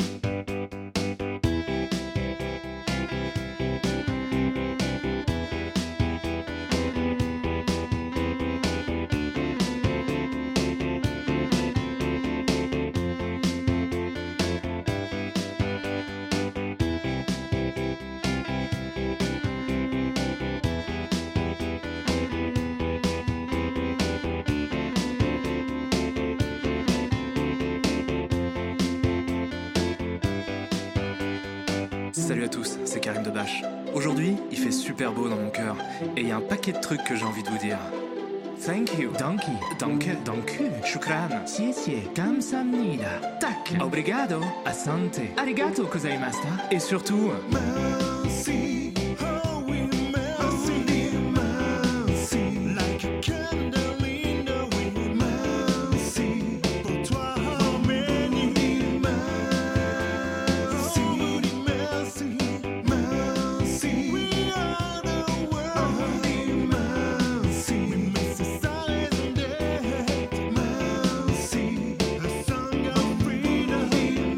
Salut à tous, c'est Karim Debache. Aujourd'hui, il fait super beau dans mon cœur et il y a un paquet de trucs que j'ai envie de vous dire. Thank you, donkey, danke, shukran, xie, kamsamnida, tak, obrigado, asante, arigato gozaimashita et surtout, Merci. Oh oui, merci. Merci. Like a candle in the wind. Merci. Pour toi, harmonie. Merci. Merci. Merci. We are the world. Merci. Mais c'est sa raison d'être. Merci. A song of freedom.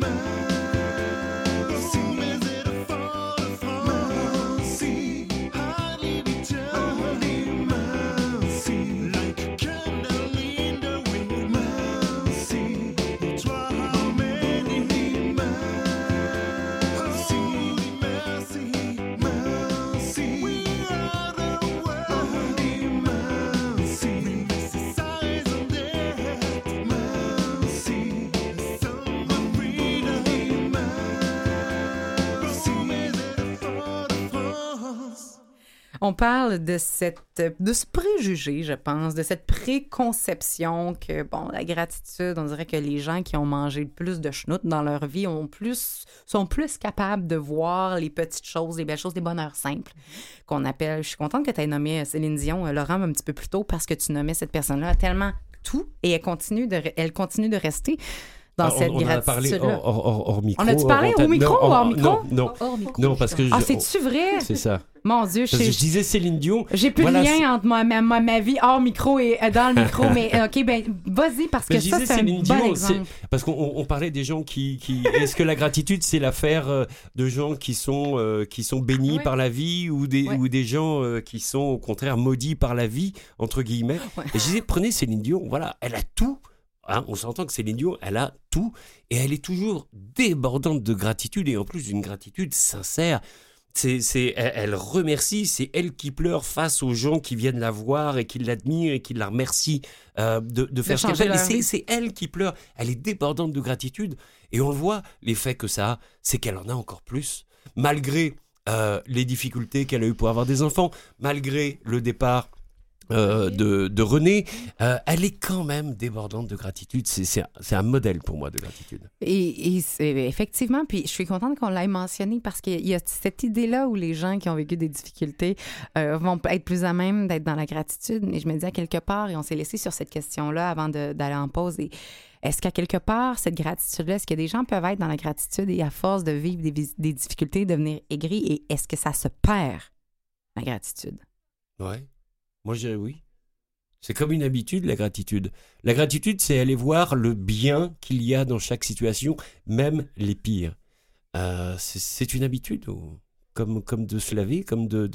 Merci. Mais c'est le fort de France. Merci. Honey, we tell. Merci. Like a candle in the wind. Merci. Pour toi, harmonie. Merci. Merci. Merci. We are the world. Merci. Mais c'est sa raison d'être. Merci. A song of freedom. Merci. Mais c'est le fort de France. On parle de ce préjugé, je pense, de cette préconception que, bon, la gratitude, on dirait que les gens qui ont mangé le plus de schnout dans leur vie sont plus capables de voir les petites choses, les belles choses, les bonheurs simples qu'on appelle. Je suis contente que tu aies nommé Céline Dion, Laurent, un petit peu plus tôt, parce que tu nommais cette personne-là tellement tout et elle continue de rester dans cette on en a parlé gratitude-là. hors micro. On a-tu parlé au micro ou hors micro? Non, Hors micro. non, parce que Ah, c'est-tu vrai? c'est ça. Mon Dieu, Parce que je disais Céline Dion. j'ai plus voilà, de lien entre ma vie hors micro et dans le micro, mais OK, ben vas-y, parce que Mais je ça, disais c'est un Céline bon Dion, exemple. parce qu'on parlait des gens qui... Est-ce que la gratitude, c'est l'affaire de gens qui sont bénis Ouais. par la vie ou des gens qui sont au contraire maudits par la vie, entre guillemets. Ouais. Et je disais, prenez Céline Dion, voilà, elle a tout. Hein, on s'entend que Céline Dion, elle a tout et elle est toujours débordante de gratitude et en plus d'une gratitude sincère. Elle remercie, c'est elle qui pleure face aux gens qui viennent la voir et qui l'admirent et qui la remercient de faire ce qu'elle changer fait. leur Et vie. c'est elle qui pleure. Elle est débordante de gratitude et on le voit, l'effet que ça a, c'est qu'elle en a encore plus. Malgré les difficultés qu'elle a eues pour avoir des enfants, malgré le départ de René, elle est quand même débordante de gratitude. C'est un modèle pour moi de gratitude. Et c'est, effectivement, puis je suis contente qu'on l'ait mentionné parce qu'il y a cette idée-là où les gens qui ont vécu des difficultés vont être plus à même d'être dans la gratitude. Et je me dis à quelque part, et on s'est laissé sur cette question-là avant d'aller en pause, et Est-ce qu'à quelque part, cette gratitude-là, est-ce que des gens peuvent être dans la gratitude et à force de vivre des difficultés, devenir aigris, et est-ce que ça se perd, la gratitude? Ouais. Moi, je dirais oui. C'est comme une habitude, la gratitude. La gratitude, c'est aller voir le bien qu'il y a dans chaque situation, même les pires. C'est une habitude, comme de se laver, comme de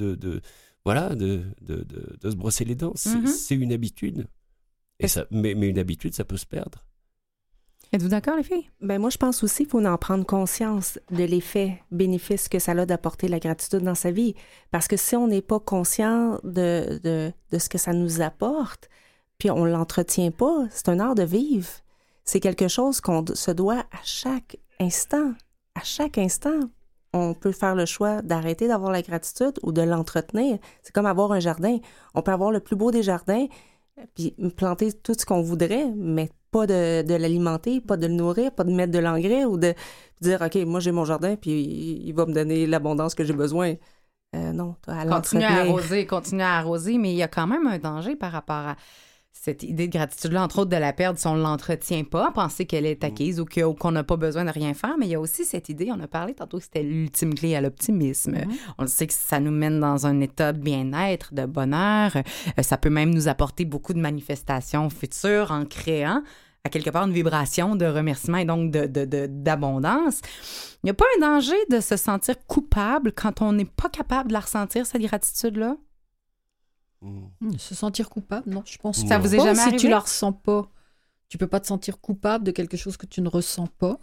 se brosser les dents. C'est une habitude. Et ça, mais une habitude, ça peut se perdre. Êtes-vous d'accord, les filles? Ben moi, je pense aussi qu'il faut en prendre conscience de l'effet bénéfice que ça a d'apporter la gratitude dans sa vie. Parce que si on n'est pas conscient de ce que ça nous apporte, puis on ne l'entretient pas, c'est un art de vivre. C'est quelque chose qu'on se doit à chaque instant. À chaque instant, on peut faire le choix d'arrêter d'avoir la gratitude ou de l'entretenir. C'est comme avoir un jardin. On peut avoir le plus beau des jardins, puis planter tout ce qu'on voudrait, mais pas de l'alimenter, pas de le nourrir, pas de mettre de l'engrais ou de dire « OK, moi j'ai mon jardin, puis il va me donner l'abondance que j'ai besoin. » Non, à l'entretenir. Continuer à arroser, mais il y a quand même un danger par rapport à cette idée de gratitude-là, entre autres de la perdre si on ne l'entretient pas, penser qu'elle est acquise ou qu'on n'a pas besoin de rien faire. Mais il y a aussi cette idée, on a parlé tantôt que c'était l'ultime clé à l'optimisme. On le sait que ça nous mène dans un état de bien-être, de bonheur. Ça peut même nous apporter beaucoup de manifestations futures en créant à quelque part une vibration de remerciement et donc d'abondance. Il n'y a pas un danger de se sentir coupable quand on n'est pas capable de la ressentir, cette gratitude-là? Se sentir coupable, non, je pense ça pas. vous est jamais arrivé? Si tu la ressens pas, tu peux pas te sentir coupable de quelque chose que tu ne ressens pas.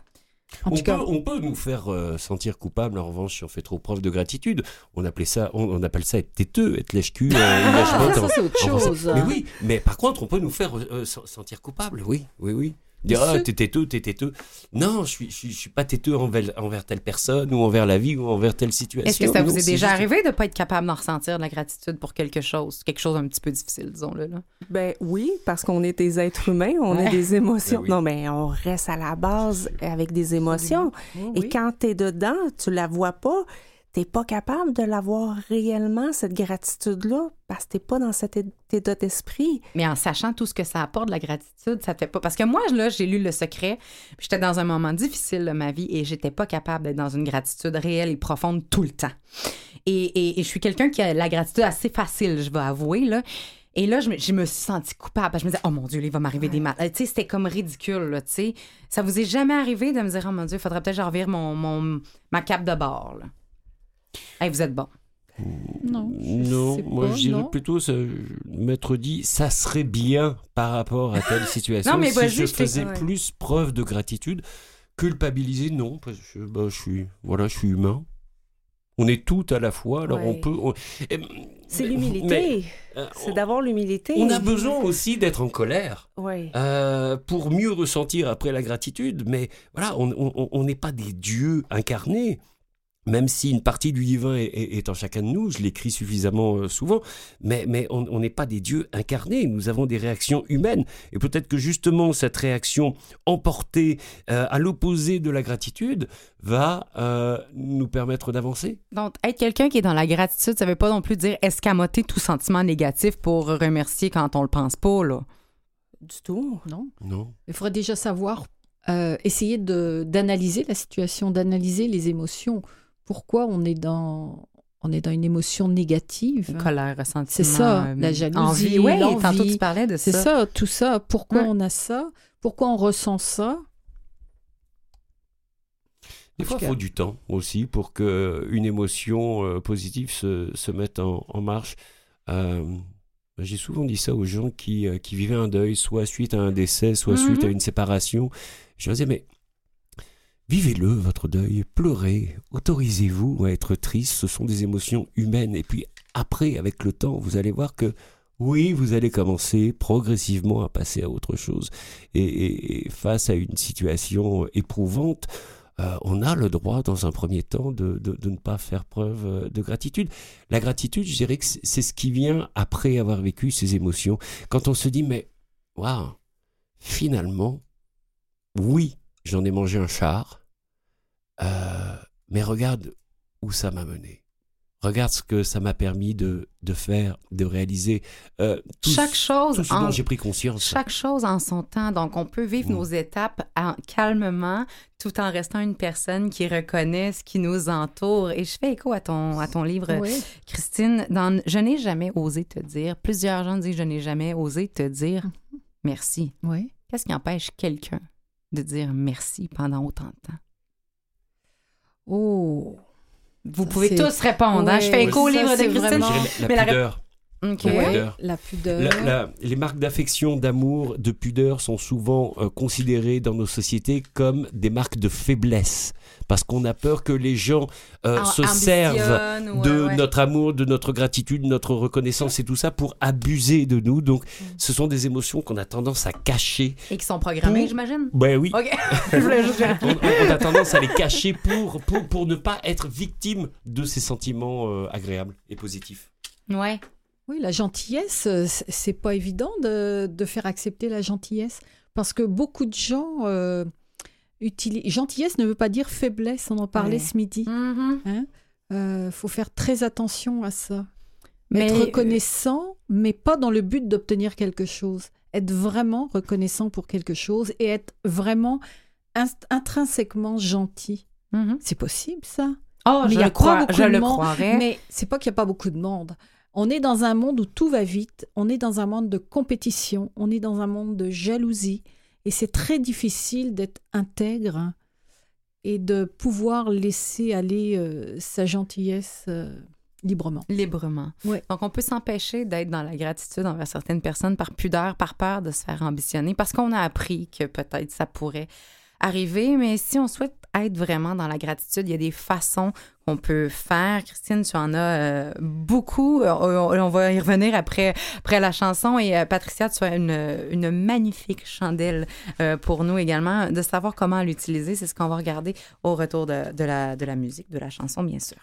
On peut nous faire sentir coupable, en revanche, si on fait trop preuve de gratitude. On appelle ça être têteux, être lèche-cul. Ça, c'est autre chose. Mais oui, mais par contre, on peut nous faire sentir coupable, oui. Dire, t'es têteux. Non, je suis pas têteux envers telle personne, ou envers la vie, ou envers telle situation. Est-ce que ça vous est déjà arrivé de ne pas être capable d'en ressentir de la gratitude pour quelque chose un petit peu difficile, disons-le, là? Ben oui, parce qu'on est des êtres humains, on a des émotions. Ben oui. Non, mais on reste à la base avec des émotions. Oui. Et quand t'es dedans, tu la vois pas, t'es pas capable de l'avoir réellement, cette gratitude-là, parce que t'es pas dans cet état d'esprit. Mais en sachant tout ce que ça apporte, la gratitude, ça te fait pas... Parce que moi, là, j'ai lu Le Secret, puis j'étais dans un moment difficile de ma vie et j'étais pas capable d'être dans une gratitude réelle et profonde tout le temps. Et je suis quelqu'un qui a la gratitude assez facile, je vais avouer, là. Et là, je me suis sentie coupable. Parce que je me disais, oh mon Dieu, il va m'arriver des mal. Tu sais, c'était comme ridicule, là, tu sais. Ça vous est jamais arrivé de me dire, oh mon Dieu, il faudrait peut-être que je revire ma cape de bord, là. Hey, vous êtes bon. Non, moi je dirais plutôt, Maître dit, ça serait bien par rapport à telle situation. Non, mais si je faisais plus preuve de gratitude, culpabiliser, non, parce que je suis humain. On est tout à la fois, alors on peut... c'est l'humilité. C'est d'avoir l'humilité. On a besoin aussi d'être en colère oui. Pour mieux ressentir après la gratitude, mais voilà, on n'est pas des dieux incarnés. Même si une partie du divin est en chacun de nous, je l'écris suffisamment souvent, mais on n'est pas des dieux incarnés, nous avons des réactions humaines. Et peut-être que justement cette réaction emportée à l'opposé de la gratitude va nous permettre d'avancer. Donc, être quelqu'un qui est dans la gratitude, ça ne veut pas non plus dire escamoter tout sentiment négatif pour remercier quand on ne le pense pas, là. Du tout, non. Il faudrait déjà savoir, essayer d'analyser la situation, d'analyser les émotions. Pourquoi on est dans une émotion négative. Colère, ressentiment. C'est ça, la jalousie, l'envie. Tantôt tu parlais de ça. C'est ça, tout ça. Pourquoi on a ça? Pourquoi on ressent ça? Des fois, il faut du temps aussi pour qu'une émotion positive se mette en marche. J'ai souvent dit ça aux gens qui vivaient un deuil, soit suite à un décès, soit suite à une séparation. Je leur disais, mais vivez-le, votre deuil, pleurez, autorisez-vous à être triste, ce sont des émotions humaines. Et puis après, avec le temps, vous allez voir que oui, vous allez commencer progressivement à passer à autre chose. Et face à une situation éprouvante, on a le droit, dans un premier temps, de ne pas faire preuve de gratitude. La gratitude, je dirais que c'est ce qui vient après avoir vécu ces émotions. Quand on se dit, mais waouh, finalement, oui, j'en ai mangé un char, mais regarde où ça m'a mené. Regarde ce que ça m'a permis de faire, de réaliser. Chaque chose tout ce dont j'ai pris conscience. Chaque chose en son temps. Donc, on peut vivre nos étapes calmement tout en restant une personne qui reconnaît ce qui nous entoure. Et je fais écho à ton livre, Oui. Christine. Dans Je n'ai jamais osé te dire, plusieurs gens disent « Je n'ai jamais osé te dire merci ». Oui. Qu'est-ce qui empêche quelqu'un de dire merci pendant autant de temps? Oh! Vous pouvez C'est- tous répondre. Hein? Je fais Ouais, écho au ça, livre de c'est Christine. vraiment- Je dirais Mais la la- pudeur. OK. La Ouais, pudeur. la pudeur. Les marques d'affection, d'amour, de pudeur sont souvent considérées dans nos sociétés comme des marques de faiblesse. Parce qu'on a peur que les gens se servent de notre amour, de notre gratitude, de notre reconnaissance et tout ça pour abuser de nous. Donc, ce sont des émotions qu'on a tendance à cacher. Et qui sont programmés, Pour- j'imagine? Ben oui. OK. Je voulais juste vérifier. On a tendance à les cacher pour ne pas être victime de ces sentiments agréables et positifs. Ouais. Oui, la gentillesse, c'est pas évident de faire accepter la gentillesse. Parce que beaucoup de gens utilisent... Gentillesse ne veut pas dire faiblesse, on en parlait Ouais. ce midi. Mhm. Faut faire très attention à ça. Mais- Être reconnaissant, mais pas dans le but d'obtenir quelque chose. Être vraiment reconnaissant pour quelque chose et être vraiment intrinsèquement gentil. Mhm. C'est possible, ça. Oh, Mais je il y a le crois, pas beaucoup je de le monde, croirais. Mais c'est pas qu'il n'y a pas beaucoup de monde. On est dans un monde où tout va vite. On est dans un monde de compétition. On est dans un monde de jalousie. Et c'est très difficile d'être intègre et de pouvoir laisser aller sa gentillesse librement. Librement. Ouais. Donc, on peut s'empêcher d'être dans la gratitude envers certaines personnes par pudeur, par peur de se faire ambitionner, parce qu'on a appris que peut-être ça pourrait arriver. Mais si on souhaite être vraiment dans la gratitude, il y a des façons qu'on peut faire. Christine, tu en as beaucoup. On va y revenir après la chanson. Et Patricia, tu as une magnifique chandelle pour nous également. De savoir comment l'utiliser, c'est ce qu'on va regarder au retour de la musique, de la chanson, bien sûr.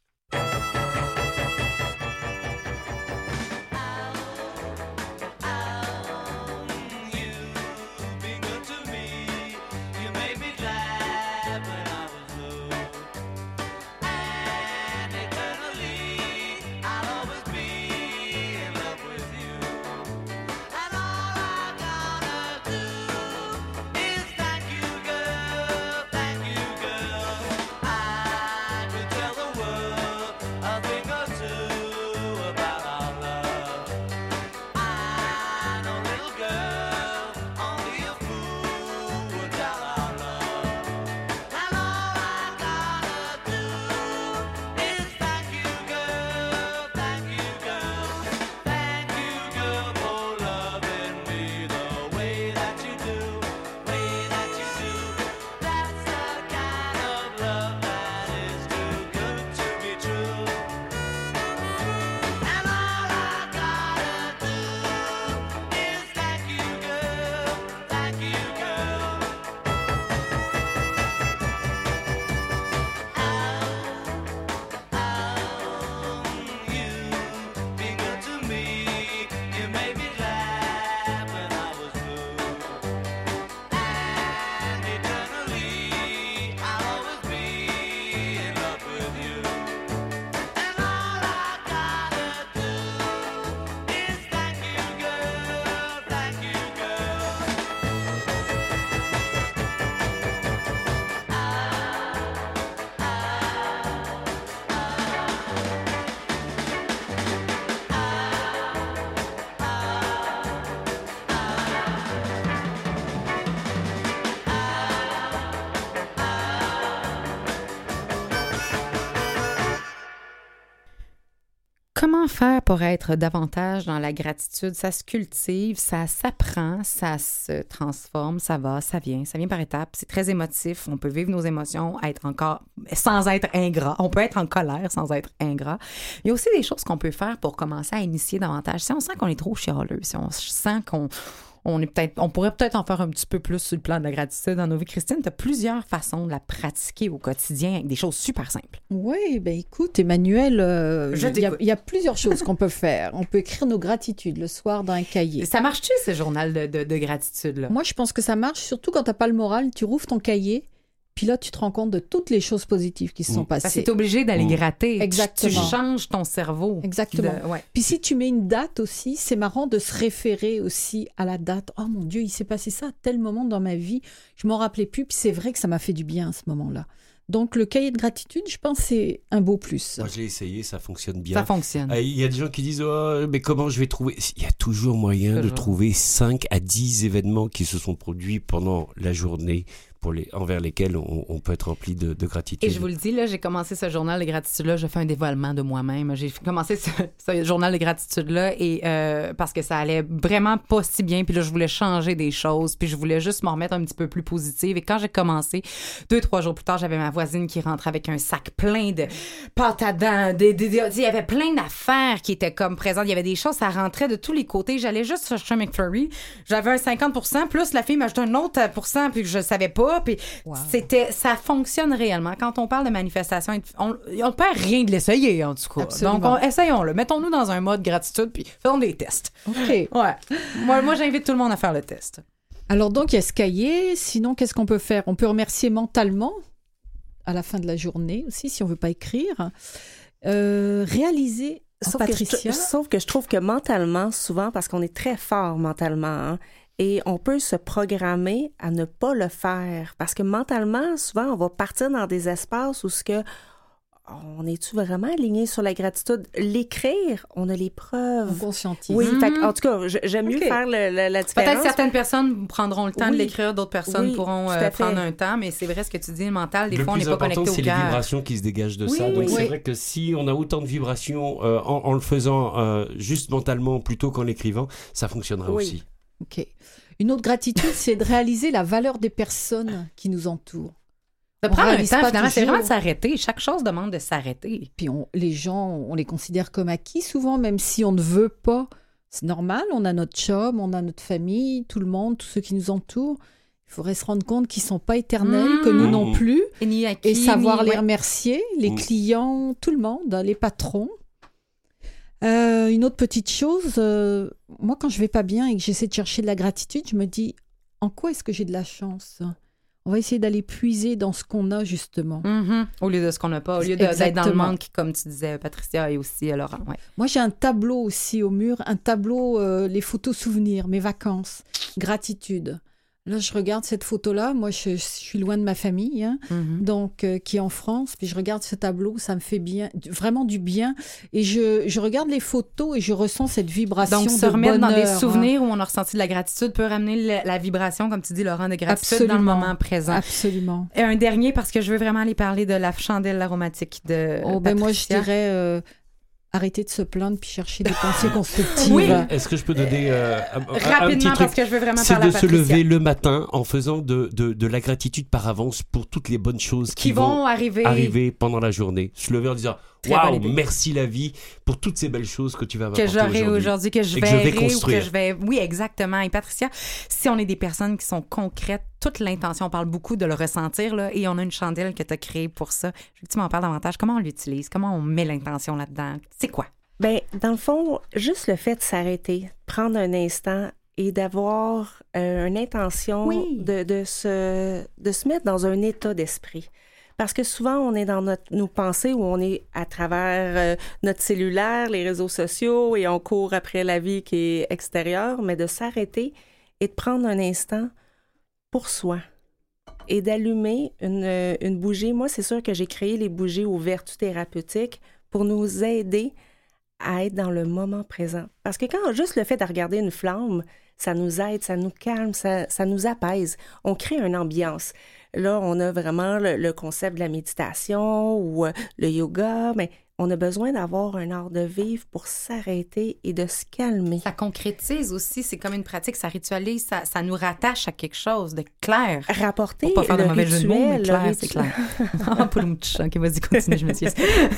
Comment faire pour être davantage dans la gratitude? Ça se cultive, ça s'apprend, ça se transforme, ça va, ça vient par étapes. C'est très émotif. On peut vivre nos émotions, être encore sans être ingrat. On peut être en colère sans être ingrat. Il y a aussi des choses qu'on peut faire pour commencer à initier davantage. Si on sent qu'on est trop chialeux, si on sent on pourrait peut-être en faire un petit peu plus sur le plan de la gratitude dans nos vies. Christine, tu as plusieurs façons de la pratiquer au quotidien avec des choses super simples. Oui, ben écoute, Emmanuel, t'écoute. il y a plusieurs choses qu'on peut faire. On peut écrire nos gratitudes le soir dans un cahier. Ça marche-tu, ce journal de gratitude-là? Moi, je pense que ça marche, surtout quand tu n'as pas le moral. Tu rouvres ton cahier, Puis là, tu te rends compte de toutes les choses positives qui se sont Parce que passées. t'es obligé d'aller gratter. Exactement. Tu changes ton cerveau. Exactement. Ouais. Puis si tu mets une date aussi, c'est marrant de se référer aussi à la date. Oh mon Dieu, il s'est passé ça à tel moment dans ma vie. Je m'en rappelais plus. Puis c'est vrai que ça m'a fait du bien à ce moment-là. Donc le cahier de gratitude, je pense, c'est un beau plus. Moi, je l'ai essayé, ça fonctionne bien. Ça fonctionne. Il y a des gens qui disent oh, mais comment je vais trouver. Il y a toujours moyen de trouver 5 à 10 événements qui se sont produits pendant la journée envers lesquels on peut être rempli de gratitude. Et je vous le dis, là, j'ai commencé ce journal de gratitude-là, je fais un dévoilement de moi-même. J'ai commencé ce journal de gratitude-là et parce que ça allait vraiment pas si bien, puis là, je voulais changer des choses, puis je voulais juste me remettre un petit peu plus positive. Et quand j'ai commencé, 2-3 jours plus tard, j'avais ma voisine qui rentrait avec un sac plein de pâte à dents, il y avait plein d'affaires qui étaient comme présentes. Il y avait des choses, ça rentrait de tous les côtés. J'allais juste chercher un McFlurry, j'avais un 50%, plus la fille m'ajoutait un autre %, puis je savais pas. Puis ça fonctionne réellement. Quand on parle de manifestation, on perd rien de l'essayer, en tout cas. Absolument. Donc, essayons-le. Mettons-nous dans un mode gratitude, puis faisons des tests. OK. Ouais. Moi, j'invite tout le monde à faire le test. Alors donc, il y a ce cahier. Sinon, qu'est-ce qu'on peut faire? On peut remercier mentalement à la fin de la journée aussi, si on veut pas écrire. Réaliser... Patricia? Sauf que je trouve que mentalement, souvent, parce qu'on est très fort mentalement, hein, et on peut se programmer à ne pas le faire. Parce que mentalement, souvent, on va partir dans des espaces où on est-tu vraiment aligné sur la gratitude? L'écrire, on a les preuves. On conscientise. Oui, en tout cas, j'aime mieux faire la différence. Peut-être certaines personnes prendront le temps de l'écrire, d'autres personnes pourront prendre un temps, mais c'est vrai ce que tu dis, le mental, des fois, on n'est pas connecté au cœur. Le plus important, c'est les vibrations qui se dégagent de ça. Donc, c'est vrai que si on a autant de vibrations en le faisant juste mentalement plutôt qu'en l'écrivant, ça fonctionnera aussi. OK. Une autre gratitude, c'est de réaliser la valeur des personnes qui nous entourent. De prendre un temps, finalement, c'est vraiment de s'arrêter. Chaque chose demande de s'arrêter. Puis les gens, on les considère comme acquis souvent, même si on ne veut pas. C'est normal, on a notre chum, on a notre famille, tout le monde, tous ceux qui nous entourent. Il faudrait se rendre compte qu'ils ne sont pas éternels, que nous non plus. Et savoir les remercier, les clients, tout le monde, les patrons. Une autre petite chose, moi quand je vais pas bien et que j'essaie de chercher de la gratitude, je me dis en quoi est-ce que j'ai de la chance? On va essayer d'aller puiser dans ce qu'on a justement. Au lieu de ce qu'on n'a pas, au lieu d'être dans le manque, comme tu disais Patricia et aussi Laurent. Ouais. Moi j'ai un tableau aussi au mur, un tableau, les photos souvenirs, mes vacances, gratitude. Là, je regarde cette photo-là. Moi, je suis loin de ma famille, hein, donc qui est en France. Puis je regarde ce tableau, ça me fait bien, vraiment du bien. Et je regarde les photos et je ressens cette vibration de bonheur. Donc, se remettre dans des souvenirs où on a ressenti de la gratitude peut ramener la vibration, comme tu dis, Laurent, de gratitude dans le moment présent. Absolument. Et un dernier, parce que je veux vraiment aller parler de la chandelle aromatique de Patricia. Moi, je dirais... arrêter de se plaindre puis chercher des pensées constructives. Oui. Est-ce que je peux donner rapidement, un petit truc, parce que je veux vraiment parler à Patricia. C'est de se lever le matin en faisant de la gratitude par avance pour toutes les bonnes choses qui vont arriver pendant la journée. Se lever en disant waouh, merci la vie pour toutes ces belles choses que tu vas m'apporter aujourd'hui, que je vais construire. Oui, exactement. Et Patricia, si on est des personnes qui sont concrètes, toute l'intention, on parle beaucoup de le ressentir, là, et on a une chandelle que tu as créée pour ça. Je veux que tu m'en parles davantage. Comment on l'utilise? Comment on met l'intention là-dedans? C'est quoi? Bien, dans le fond, juste le fait de s'arrêter, prendre un instant et d'avoir une intention de se mettre dans un état d'esprit. Parce que souvent, on est dans nos pensées où on est à travers notre cellulaire, les réseaux sociaux, et on court après la vie qui est extérieure, mais de s'arrêter et de prendre un instant pour soi et d'allumer une bougie. Moi, c'est sûr que j'ai créé les bougies aux vertus thérapeutiques pour nous aider à être dans le moment présent. Parce que quand juste le fait de regarder une flamme, ça nous aide, ça nous calme, ça nous apaise. On crée une ambiance. Là, on a vraiment le concept de la méditation ou le yoga, mais on a besoin d'avoir un art de vivre pour s'arrêter et de se calmer. Ça concrétise aussi, c'est comme une pratique, ça ritualise, ça nous rattache à quelque chose de clair. Rapporter pas faire de mauvais rituel, jeu de mots, mais clair, c'est clair. OK, vas-y, continue, je m'excuse.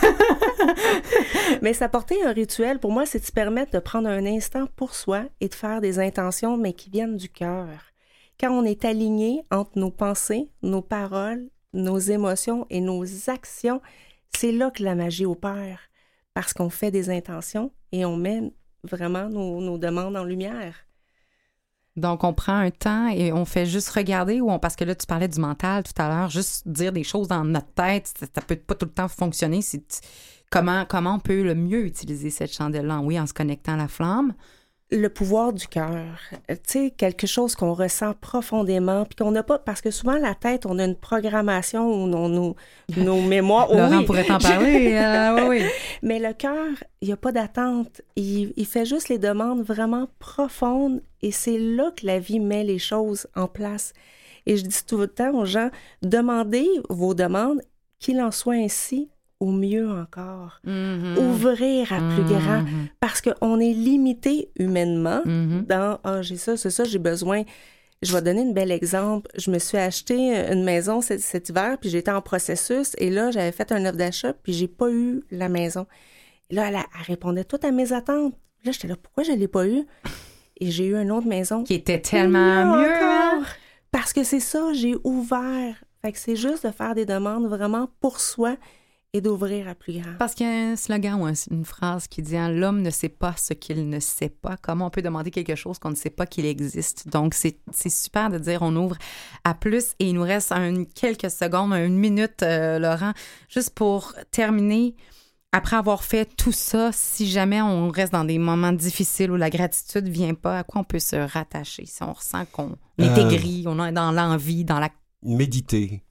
Mais s'apporter un rituel, pour moi, c'est de se permettre de prendre un instant pour soi et de faire des intentions, mais qui viennent du cœur. Quand on est aligné entre nos pensées, nos paroles, nos émotions et nos actions, c'est là que la magie opère, parce qu'on fait des intentions et on met vraiment nos demandes en lumière. Donc, on prend un temps et on fait juste regarder parce que là, tu parlais du mental tout à l'heure, juste dire des choses dans notre tête, ça peut pas tout le temps fonctionner. Comment on peut le mieux utiliser cette chandelle-là? Oui, en se connectant à la flamme. Le pouvoir du cœur, tu sais, quelque chose qu'on ressent profondément, puis qu'on n'a pas, parce que souvent, la tête, on a une programmation où nos mémoires... Laurent pourrait t'en parler, oui. Mais le cœur, il n'y a pas d'attente. Il fait juste les demandes vraiment profondes, et c'est là que la vie met les choses en place. Et je dis tout le temps aux gens, demandez vos demandes, qu'il en soit ainsi, ou mieux encore, ouvrir à plus grand, parce qu'on est limité humainement dans « Ah, j'ai ça, c'est ça, j'ai besoin ». Je vais donner un bel exemple. Je me suis acheté une maison cet hiver, puis j'étais en processus, et là, j'avais fait un offre d'achat, puis j'ai pas eu la maison. Et là, elle répondait toutes à mes attentes. Là, j'étais là, pourquoi je l'ai pas eu? Et j'ai eu une autre maison. Qui était tellement mieux. Encore. Parce que c'est ça, j'ai ouvert. Fait que c'est juste de faire des demandes vraiment pour soi, et d'ouvrir à plus grand. Parce qu'il y a un slogan ou une phrase qui dit « L'homme ne sait pas ce qu'il ne sait pas ». Comment on peut demander quelque chose qu'on ne sait pas qu'il existe? Donc, c'est super de dire on ouvre à plus. Et il nous reste quelques secondes, 1 minute, Laurent, juste pour terminer. Après avoir fait tout ça, si jamais on reste dans des moments difficiles où la gratitude ne vient pas, à quoi on peut se rattacher? Si on ressent qu'on est aigri, on est dans l'envie, dans la... Méditer,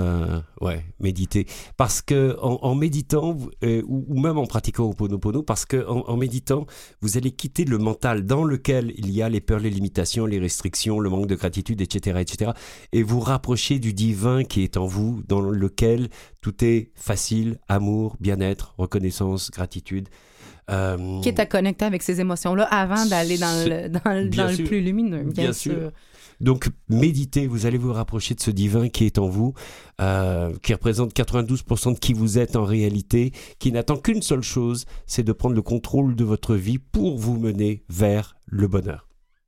méditer. Parce que en méditant, ou même en pratiquant Ho'oponopono, parce que en méditant, vous allez quitter le mental dans lequel il y a les peurs, les limitations, les restrictions, le manque de gratitude, etc., et vous rapprocher du divin qui est en vous, dans lequel tout est facile, amour, bien-être, reconnaissance, gratitude. Qui est à connecter avec ces émotions-là avant d'aller dans le plus lumineux, bien sûr. Donc, méditez, vous allez vous rapprocher de ce divin qui est en vous, qui représente 92% de qui vous êtes en réalité, qui n'attend qu'une seule chose, c'est de prendre le contrôle de votre vie pour vous mener vers le bonheur.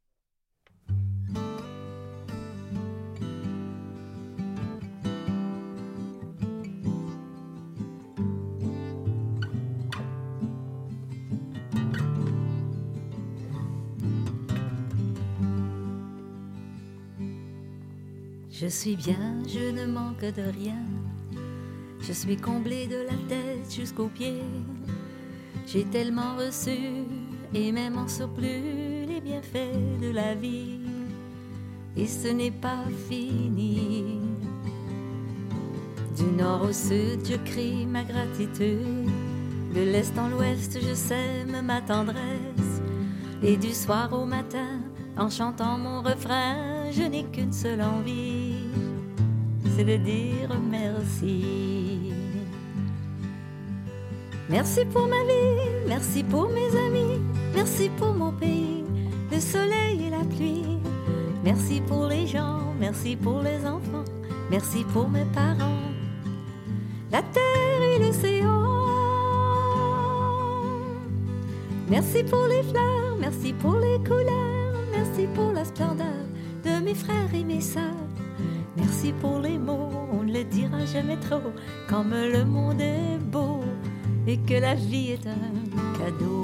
Je suis bien, je ne manque de rien. Je suis comblée de la tête jusqu'aux pieds. J'ai tellement reçu, et même en surplus, les bienfaits de la vie. Et ce n'est pas fini. Du nord au sud, je crie ma gratitude. De l'est en l'ouest, je sème ma tendresse. Et du soir au matin, en chantant mon refrain, je n'ai qu'une seule envie, c'est de dire merci. Merci pour ma vie, merci pour mes amis, merci pour mon pays, le soleil et la pluie. Merci pour les gens, merci pour les enfants, merci pour mes parents, la terre et l'océan. Merci pour les fleurs, merci pour les couleurs, merci pour la splendeur de mes frères et mes sœurs. Merci pour les mots, on ne le dira jamais trop, comme le monde est beau et que la vie est un cadeau.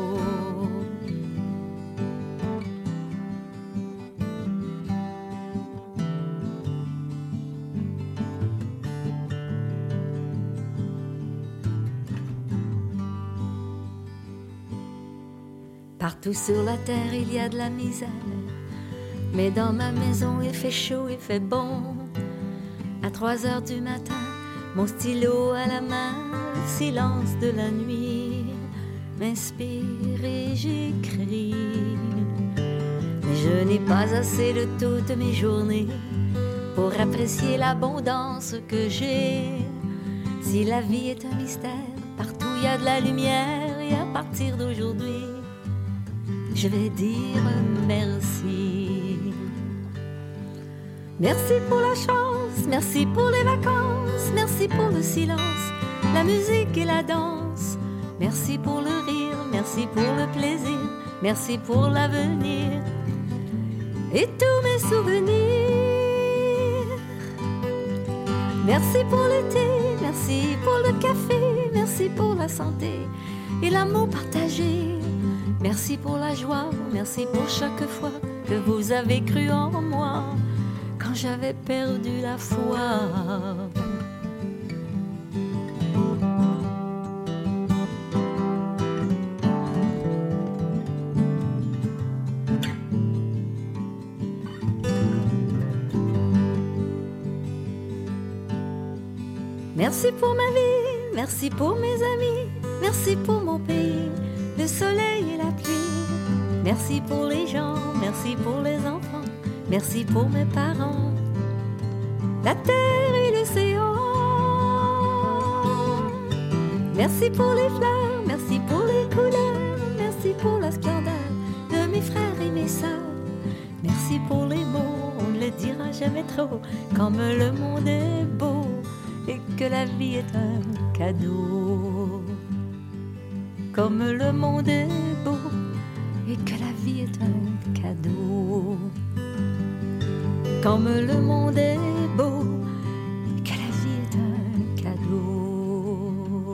Partout sur la terre il y a de la misère, mais dans ma maison il fait chaud, il fait bon. À 3 heures du matin, mon stylo à la main, le silence de la nuit m'inspire et j'écris. Mais je n'ai pas assez de toutes mes journées pour apprécier l'abondance que j'ai. Si la vie est un mystère, partout il y a de la lumière, et à partir d'aujourd'hui je vais dire merci. Merci pour la chance, merci pour les vacances, merci pour le silence, la musique et la danse. Merci pour le rire, merci pour le plaisir, merci pour l'avenir et tous mes souvenirs. Merci pour l'été, merci pour le café, merci pour la santé et l'amour partagé. Merci pour la joie, merci pour chaque fois que vous avez cru en moi quand j'avais perdu la foi. Merci pour ma vie, merci pour mes amis, merci pour mon pays, le soleil et la pluie. Merci pour les gens, merci pour les enfants, merci pour mes parents, la terre et l'océan. Merci pour les fleurs, merci pour les couleurs, merci pour la splendeur de mes frères et mes sœurs. Merci pour les mots, on ne le dira jamais trop, comme le monde est beau et que la vie est un cadeau. Comme le monde est beau et que la vie est un cadeau. Comme le monde est beau et que la vie est un cadeau.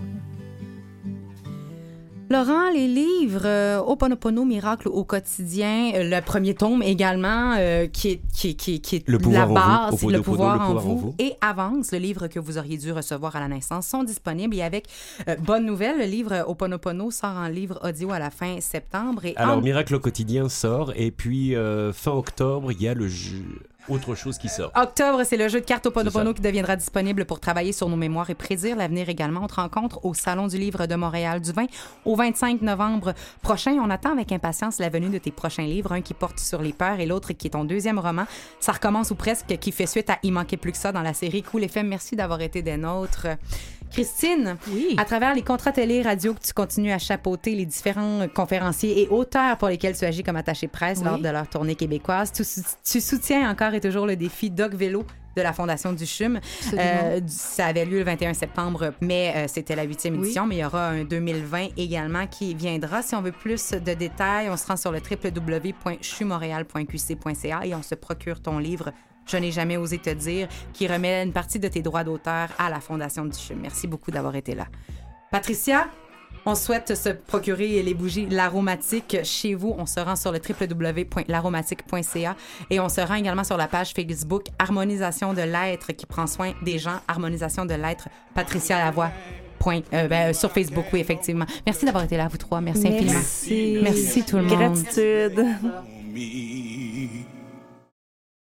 Laurent, les livres Ho'oponopono, Miracle au quotidien, le premier tome également, qui est Le pouvoir la base, en vous. le pouvoir en vous, et Avance, le livre que vous auriez dû recevoir à la naissance, sont disponibles. Et avec bonne nouvelle, le livre Ho'oponopono sort en livre audio à la fin septembre. Et Alors, Miracle au quotidien sort, et puis fin octobre, il y a autre chose qui sort. Octobre, c'est le jeu de cartes Ho'oponopono qui deviendra disponible pour travailler sur nos mémoires et prédire l'avenir également. On te rencontre au Salon du livre de Montréal du 20 au 25 novembre prochain. On attend avec impatience la venue de tes prochains livres, un qui porte sur les peurs et l'autre qui est ton deuxième roman. Ça recommence ou presque, qui fait suite à Il manquait plus que ça dans la série Cool FM. Merci d'avoir été des nôtres. Christine, Oui. à travers les contrats télé et radio que tu continues à chapeauter, les différents conférenciers et auteurs pour lesquels tu agis comme attaché presse Oui. lors de leur tournée québécoise, tu soutiens encore et toujours le défi Dog Vélo de la Fondation du CHUM. Ça avait lieu le 21 septembre, mais c'était la 8e édition, mais il y aura un 2020 également qui viendra. Si on veut plus de détails, on se rend sur le www.chumontréal.qc.ca et on se procure ton livre Je n'ai jamais osé te dire, qui remet une partie de tes droits d'auteur à la Fondation du CHUM. Merci beaucoup d'avoir été là. Patricia, on souhaite se procurer les bougies L'Aromatique chez vous. On se rend sur le www.laromatique.ca et on se rend également sur la page Facebook Harmonisation de l'être qui prend soin des gens. Harmonisation de l'être, Patricia Lavoie. Sur Facebook, oui, effectivement. Merci d'avoir été là, vous trois. Merci infiniment. Merci. Merci tout le monde. Gratitude. Me.